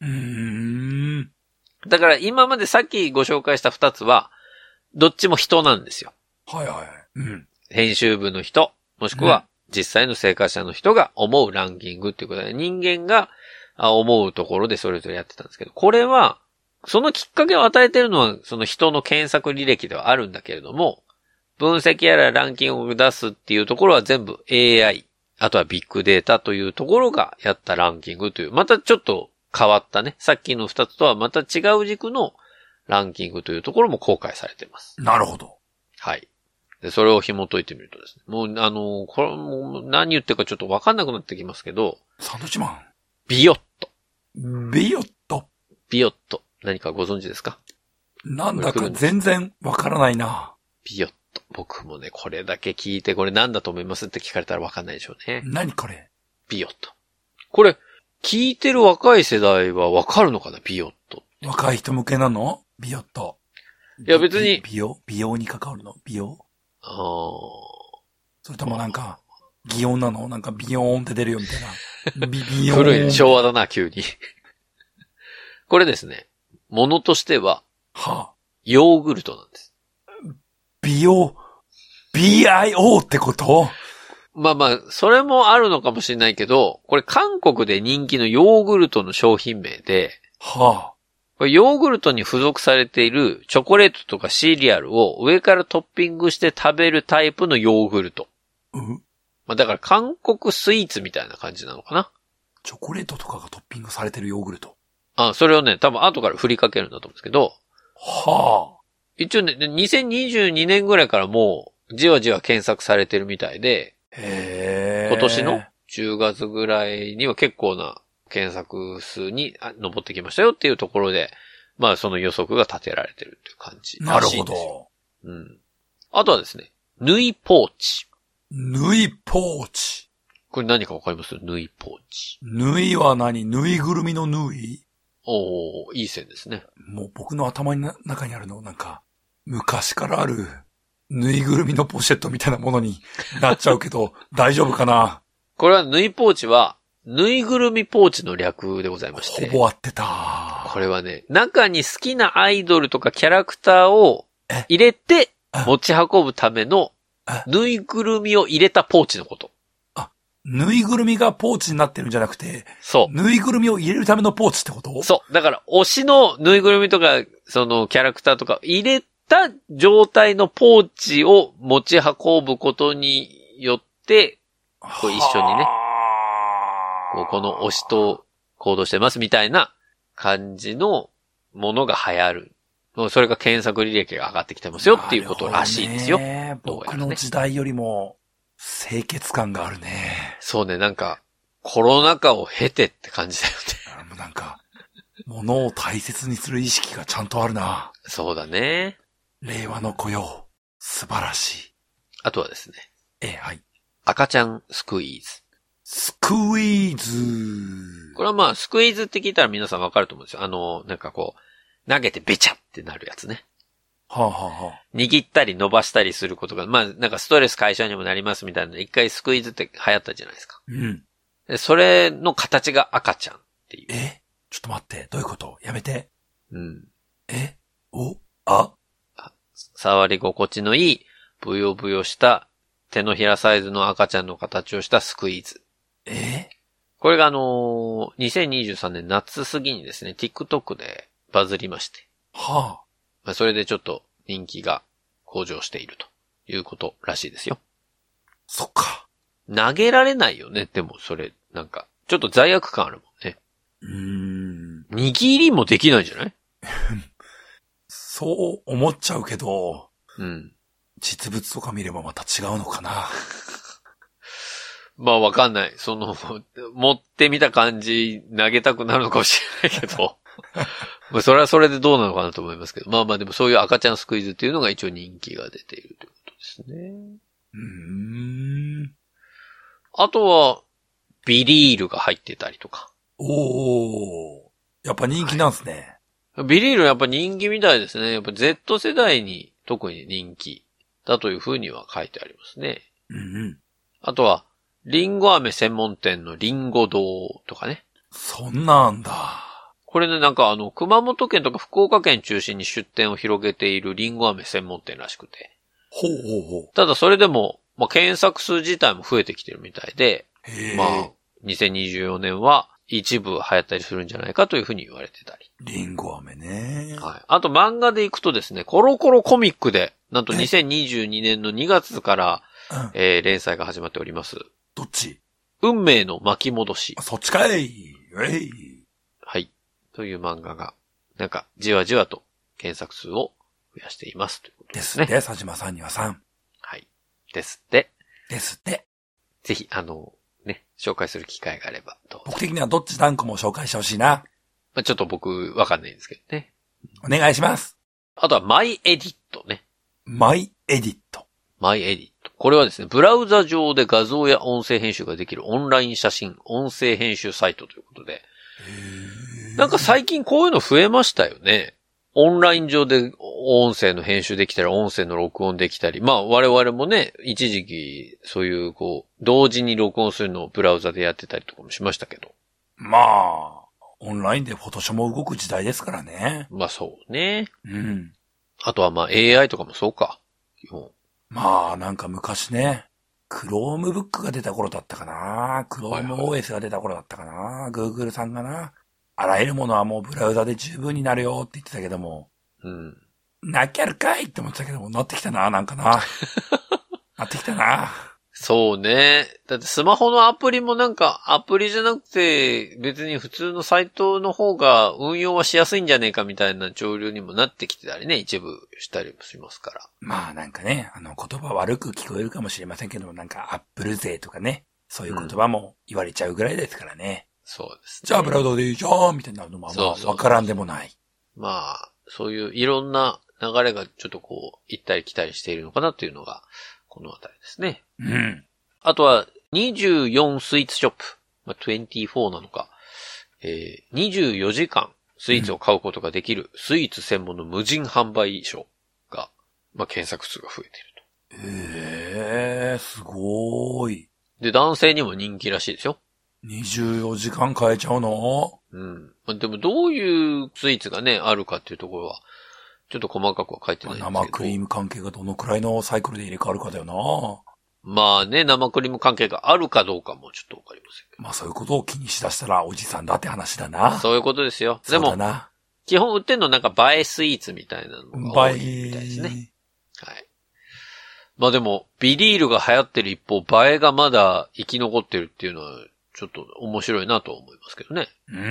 だから今までさっきご紹介した2つは、どっちも人なんですよ。編集部の人、もしくは実際の生活者の人が思うランキングっていうことで、人間が思うところでそれぞれやってたんですけど、これは、そのきっかけを与えているのは、その人の検索履歴ではあるんだけれども、分析やらランキングを出すっていうところは全部 AI、あとはビッグデータというところがやったランキングという、またちょっと変わったね、さっきの2つとはまた違う軸のランキングというところも公開されています。 なるほど。 はい。で、それを紐解いてみるとですね、もうこれもう何言ってるかちょっとわかんなくなってきますけど、 サンドウィッチマン。 ビヨット。 ビヨット。 ビヨット。何かご存知ですか？ なんだか全然わからないな。 ビヨット。僕もね、これだけ聞いてこれ何だと思いますって聞かれたらわかんないでしょうね。 何これ？ ビヨット。これ、聞いてる若い世代はわかるのかな？ビヨット。 若い人向けなの？ビヨット。 いや別に。 美容に関わるの？美容？それともなんか、擬音なの？なんかビヨーンって出るよみたいな。ビヨーン。 古いね。昭和だな、急に。これですね。ものとしては、ヨーグルトなんです。BIO ってこと？まあまあ、それもあるのかもしれないけど、これ韓国で人気のヨーグルトの商品名で、これヨーグルトに付属されているチョコレートとかシリアルを上からトッピングして食べるタイプのヨーグルト。まあだから韓国スイーツみたいな感じなのかな。 チョコレートとかがトッピングされてるヨーグルト。 それをね、多分後から振りかけるんだと思うんですけど。一応ね、2022年ぐらいからもう、じわじわ検索されてるみたいで、今年の10月ぐらいには結構な検索数に上ってきましたよっていうところで、まあその予測が立てられてるっていう感じらしいです。なるほど。あとはですね、縫いポーチ。 縫いポーチ。 これ何かわかります？縫いポーチ。 縫いは何？縫いぐるみの縫い？ いい線ですね。 もう僕の頭の中にあるの、なんか、昔からある、縫いぐるみのポシェットみたいなものになっちゃうけど、大丈夫かな？ これは縫いポーチは、縫いぐるみポーチの略でございまして。 ほぼ合ってた。 これはね、中に好きなアイドルとかキャラクターを入れて持ち運ぶための、ぬいぐるみを入れたポーチのこと。 ぬいぐるみがポーチになってるんじゃなくて、 そう。 ぬいぐるみを入れるためのポーチってこと？ そう。だから、推しのぬいぐるみとか、そのキャラクターとか入れた状態のポーチを持ち運ぶことによって、こう一緒にね、この推しと行動してますみたいな感じのものが流行る。それが検索履歴が上がってきてますよっていうことらしいですよ。 僕の時代よりも清潔感があるね。 そうね、なんかコロナ禍を経てって感じだよね。 なんか、物を大切にする意識がちゃんとあるな。 そうだね。 令和の雇用、素晴らしい。 あとはですね。 はい。 赤ちゃんスクイーズ。 スクイーズ。 これはまあ、スクイーズって聞いたら皆さんわかると思うんですよ。なんかこう、投げてべちゃってなるやつね。 はあ、はあはあ、 握ったり伸ばしたりすることが、まあ、なんかストレス解消にもなりますみたいな、一回スクイーズって流行ったじゃないですか。 うん。 でそれの形が赤ちゃんっていう。 ちょっと待って、どういうこと？やめて。 うん。触り心地のいい、ブヨブヨした手のひらサイズの赤ちゃんの形をしたスクイーズ。これが2023年夏過ぎにですね、TikTok でバズりまして。 はあ。それでちょっと人気が向上しているということらしいですよ。 そっか。 投げられないよね。でもそれ、なんか、ちょっと罪悪感あるもんね。握りもできないんじゃない？ そう思っちゃうけど、 うん。 実物とか見ればまた違うのかな。 まあわかんない。持ってみた感じ、投げたくなるのかもしれないけど。まあそれはそれでどうなのかなと思いますけど。まあまあでもそういう赤ちゃんスクイズっていうのが一応人気が出ているということですね。あとは、ビリールが入ってたりとか。 やっぱ人気なんですね。 はい、ビリールやっぱ人気みたいですね。やっぱ Z 世代に特に人気だというふうには書いてありますね。あとは、リンゴ飴専門店のリンゴ堂とかね。 そんなんだ。 これね、なんか熊本県とか福岡県中心に出店を広げているリンゴ飴専門店らしくて。ただそれでも、まあ、検索数自体も増えてきてるみたいで、まあ、2024年は一部流行ったりするんじゃないかというふうに言われてたり。 リンゴ飴ね。 はい。あと漫画でいくとですね、コロコロコミックで、なんと2022年の2月から、連載が始まっております。 どっち？ 運命の巻き戻し。 そっちかい。 はい。という漫画が、なんか、じわじわと検索数を増やしていますということですね。 ですって、佐島さんには3。 はい。ですって。 ですって。 ぜひ、ね、紹介する機会があればどうぞ。 僕的にはどっち何個も紹介してほしいな。 まあ、ちょっと僕、わかんないんですけどね。 お願いします。 あとは、マイエディットね。 マイエディット。 マイエディット。これはですね、ブラウザ上で画像や音声編集ができるオンライン写真、音声編集サイトということで。なんか最近こういうの増えましたよね。オンライン上で音声の編集できたり、音声の録音できたり。まあ我々もね、一時期そういう同時に録音するのをブラウザでやってたりとかもしましたけど。 まあ、オンラインでフォトショーも動く時代ですからね。 まあそうね。 あとはまあ AI とかもそうか。基本。 まあなんか昔ね、Chromebook が出た頃だったかな。ChromeOS が出た頃だったかな。Google さんがな。あらゆるものはもうブラウザで十分になるよって言ってたけども。なきゃるかいって思ってたけども、なってきたな、なんかな。なってきたな。 そうね。だってスマホのアプリもなんかアプリじゃなくて別に普通のサイトの方が運用はしやすいんじゃねえかみたいな潮流にもなってきてたりね、一部したりもしますから。 まあなんかね、言葉悪く聞こえるかもしれませんけども、なんかアップル勢とかね、そういう言葉も言われちゃうぐらいですからね。 そうですね。 じゃあブラウザでいいじゃんみたいなのもわからんでもない。 まあ、そういういろんな流れがちょっと行ったり来たりしているのかなというのが、このあたりですね。あとは、24スイーツショップ。まあ、24なのか。24時間スイーツを買うことができるスイーツ専門の無人販売所が、まあ、検索数が増えていると。 すごーい。 で、男性にも人気らしいですよ。 24時間買えちゃうの？ でもどういうスイーツがね、あるかっていうところは、 ちょっと細かくは書いてないんですけど。 生クリーム関係がどのくらいのサイクルで入れ替わるかだよな。 まあね、生クリーム関係があるかどうかもちょっとわかりませんけど。 まあそういうことを気にしだしたらおじさんだって話だな。 そういうことですよ。でも、基本売ってんのなんか映えスイーツみたいなのが多いみたいですね。はい。まあでも、ビリールが流行ってる一方、映えがまだ生き残ってるっていうのは、ちょっと面白いなと思いますけどね。うん。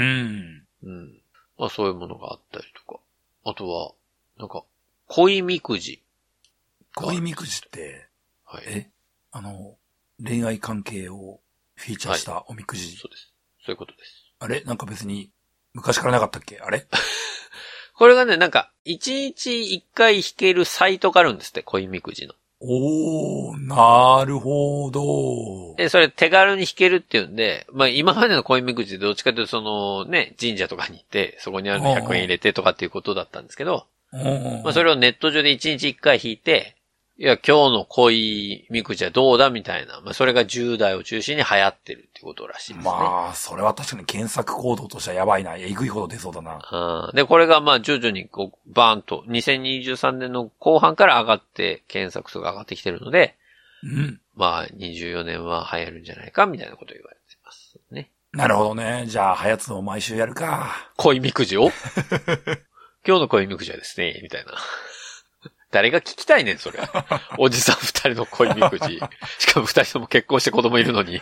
まあそういうものがあったりとか。あとは、なんか、恋みくじ。 恋みくじって、はい。恋愛関係をフィーチャーしたおみくじ。はい、 そうです。そういうことです。 あれなんか別に、昔からなかったっけあれこれがね、なんか、1日1回引けるサイトがあるんですって、恋みくじの。 おー、なるほど。 それ手軽に引けるっていうんで、まあ今までの恋みくじでどっちかというとそのね、神社とかに行って、そこにあるの100円入れてとかっていうことだったんですけど、まあそれをネット上で1日1回引いて、いや、今日の恋みくじはどうだみたいな、まあそれが10代を中心に流行ってるってことらしいですね。 まあ、それは確かに検索行動としてはやばいな。えぐいほど出そうだな。で、これがまあ徐々にこう、バーンと、2023年の後半から上がって、検索数が上がってきてるので、まあ24年は流行るんじゃないかみたいなことを言われてますね。 なるほどね。じゃあ、はやつのを毎週やるか。 恋みくじを今日の恋みくじはですね、みたいな。誰が聞きたいねん、それ。おじさん2人の恋みくじ。しかも2人とも結婚して子供いるのに。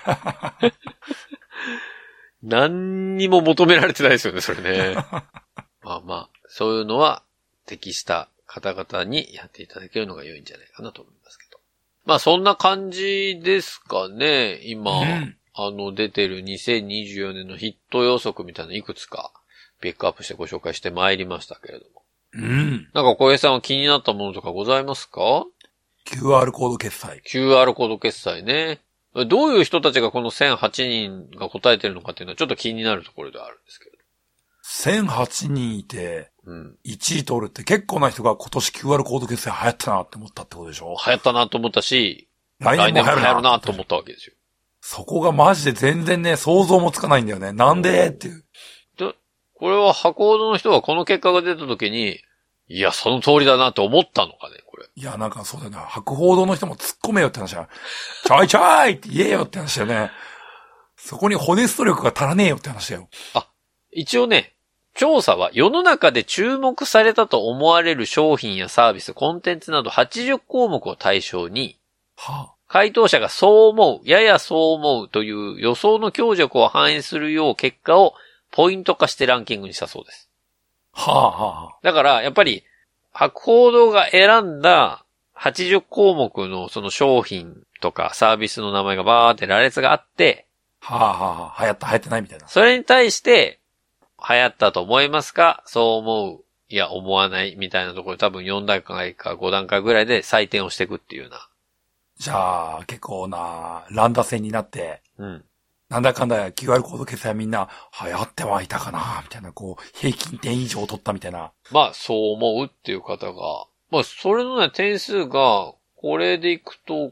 何にも求められてないですよね、それね。まあまあ、そういうのは適した方々にやっていただけるのが良いんじゃないかなと思いますけど。まあそんな感じですかね、今、出てる2024年のヒット予測みたいなのいくつかピックアップしてご紹介してまいりましたけれども。なんか小平さんは気になったものとかございますか？ QR コード決済。 QR コード決済ね。どういう人たちがこの1008人が答えてるのかっていうのはちょっと気になるところではあるんですけど。 1008人いて、1位取るって結構な人が今年 QR コード決済流行ったなって思ったってことでしょ？ 流行ったなと思ったし、 来年も流行るなと思ったわけですよ。 そこがマジで全然ね、想像もつかないんだよね。なんでっていう。 これは箱ほどの人はこの結果が出た時に、いや、その通りだなって思ったのかね、これ。 いや、なんかそうだよね。博報堂の人も突っ込めよって話だ。ちょいちょいって言えよって話だよね。そこにホネスト力が足らねえよって話だよ。 一応ね、調査は世の中で注目されたと思われる商品やサービス、コンテンツなど80項目を対象に、回答者がそう思う、ややそう思うという予想の強弱を反映するよう結果をポイント化してランキングにしたそうです。だから、やっぱり、博報堂が選んだ80項目のその商品とかサービスの名前がバーって羅列があって、 流行った流行ってないみたいな。 それに対して、流行ったと思いますか？そう思う。いや、思わないみたいなところで多分4段階か5段階ぐらいで採点をしていくっていうような。 じゃあ、結構な、乱打戦になって、なんだかんだ QR コード決済みんな流行ってはいたかなみたいな、こう、平均点以上取ったみたいな。 まあ、そう思うっていう方が、まあ、それのね、点数が、これでいくと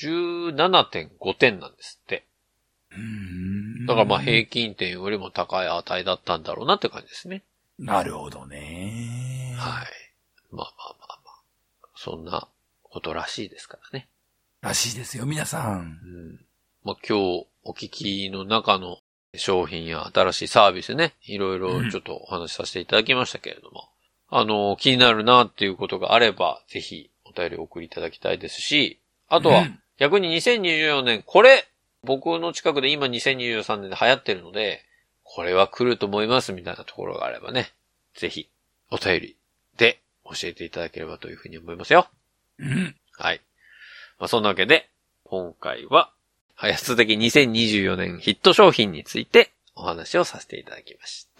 57.5 点なんですって。だからまあ、平均点よりも高い値だったんだろうなって感じですね。 なるほどね。 はい。まあ。そんなことらしいですからね。 らしいですよ、皆さん。 まあ、今日お聞きの中の商品や新しいサービスね、いろいろちょっとお話しさせていただきましたけれども、気になるなっていうことがあれば、ぜひお便りを送りいただきたいですし、あとは、逆に2024年、これ、僕の近くで今2023年で流行ってるので、これは来ると思いますみたいなところがあればね、ぜひお便りで教えていただければというふうに思いますよ。はい。まあ、そんなわけで、今回は、はやつ的2024年ヒット商品についてお話をさせていただきました。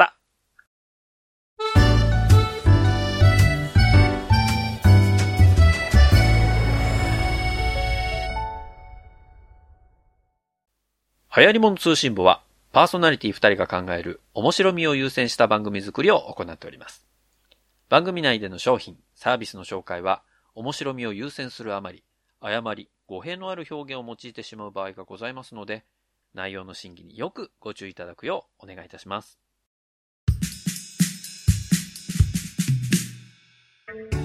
流行り物通信簿はパーソナリティ2人が考える面白みを優先した番組作りを行っております。番組内での商品、サービスの紹介は面白みを優先するあまり、誤り、語弊のある表現を用いてしまう場合がございますので、内容の審議によくご注意いただくようお願いいたします。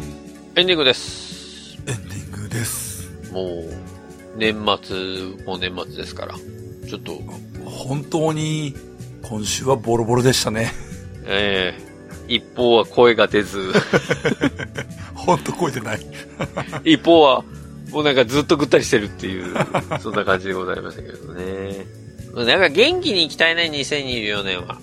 エンディングです。 エンディングです。 もう、年末ですから。ちょっと。 本当に、今週はボロボロでしたね。 一方は声が出ず。 ほんと声出ない。 一方は、もうなんかずっとぐったりしてるっていう、そんな感じでございましたけどね。なんか元気に行きたいね、2024年は。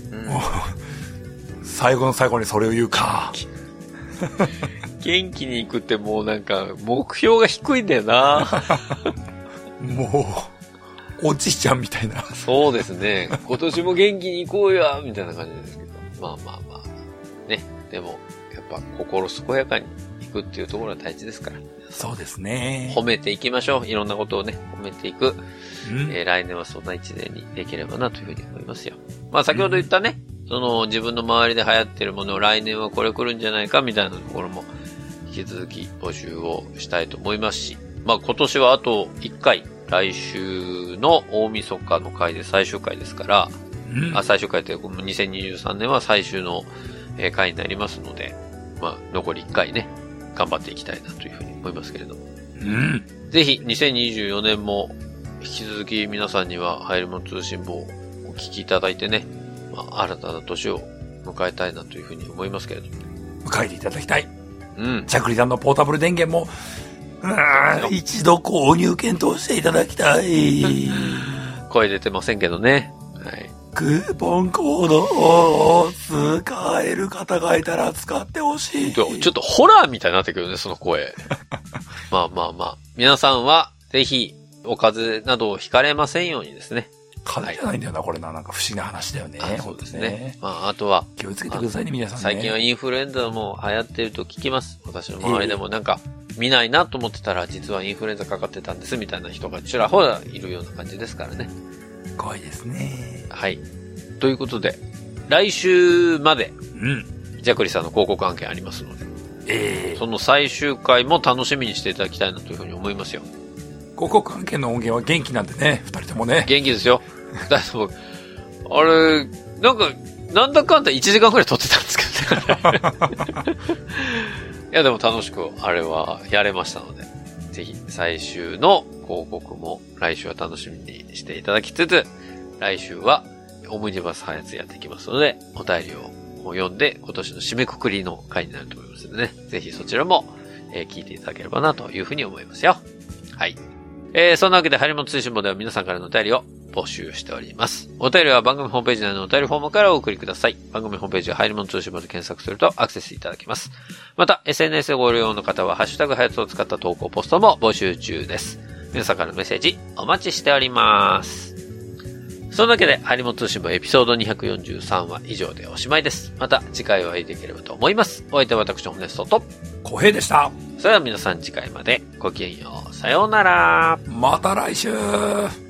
最後の最後にそれを言うか。 元気に行くってもうなんか、目標が低いんだよな。 もう、おじいちゃんみたいな。 そうですね。今年も元気に行こうや、みたいな感じですけど。まあ。ね。でも、やっぱ心健やかに行くっていうところが大事ですから。 そうですね。 褒めていきましょう。いろんなことをね、褒めていく。来年はそんな一年にできればなというふうに思いますよ。まあ先ほど言ったね、自分の周りで流行っているものを来年はこれ来るんじゃないかみたいなところも引き続き募集をしたいと思いますし、まあ今年はあと1回、来週の大晦日の回で最終回ですから、最終回って2023年は最終の回になりますので、まあ残り1回ね、頑張っていきたいなというふうに思いますけれども。ぜひ2024年も引き続き皆さんには入るもの通信簿をお聞きいただいてね、まあ、新たな年を迎えたいなというふうに思いますけれども。 迎えていただきたい。着離弾のポータブル電源も、一度購入検討していただきたい。 声出てませんけどね。はい。 クーポンコードを使える方がいたら使ってほしい。 ちょっとホラーみたいになってくるね、その声。まあ。皆さんは、ぜひ、お風邪などをひかれませんようにですね。 風邪じゃないんだよな、これな。なんか不思議な話だよね。 そうですね。まあ、あとは。 気をつけてくださいね、皆さんね。 最近はインフルエンザも流行ってると聞きます。私の周りでもなんか、見ないなと思ってたら、実はインフルエンザかかってたんです、みたいな人がちらほらいるような感じですからね。 怖いですね。 はい。ということで、来週まで、ジャクリさんの広告案件ありますので、その最終回も楽しみにしていただきたいなというふうに思いますよ。 広告案件の音源は元気なんでね、二人ともね。 元気ですよ。二人とも。あれ、なんだかんだ1時間くらい撮ってたんですけどね。いや、でも楽しく、あれはやれましたので、ぜひ最終の広告も来週は楽しみにしていただきつつ、来週はオムニバスハヤツやっていきますので、お便りを読んで今年の締めくくりの回になると思いますのでね、ぜひそちらも、聞いていただければなというふうに思いますよ。はい。そんなわけで、ハリモン通信簿では皆さんからのお便りを募集しております。お便りは番組ホームページ内のお便りフォームからお送りください。番組ホームページはハリモン通信簿で検索するとアクセスいただけます。また、SNS でご利用の方は、ハッシュタグハヤツを使った投稿ポストも募集中です。皆さんからのメッセージお待ちしております。そんなわけで、ハリモン通信簿エピソード243は以上でおしまいです。また次回お会いできればと思います。お相手は私、ホネストと小平でした。 それでは皆さん次回までごきげんよう。さようなら。 また来週。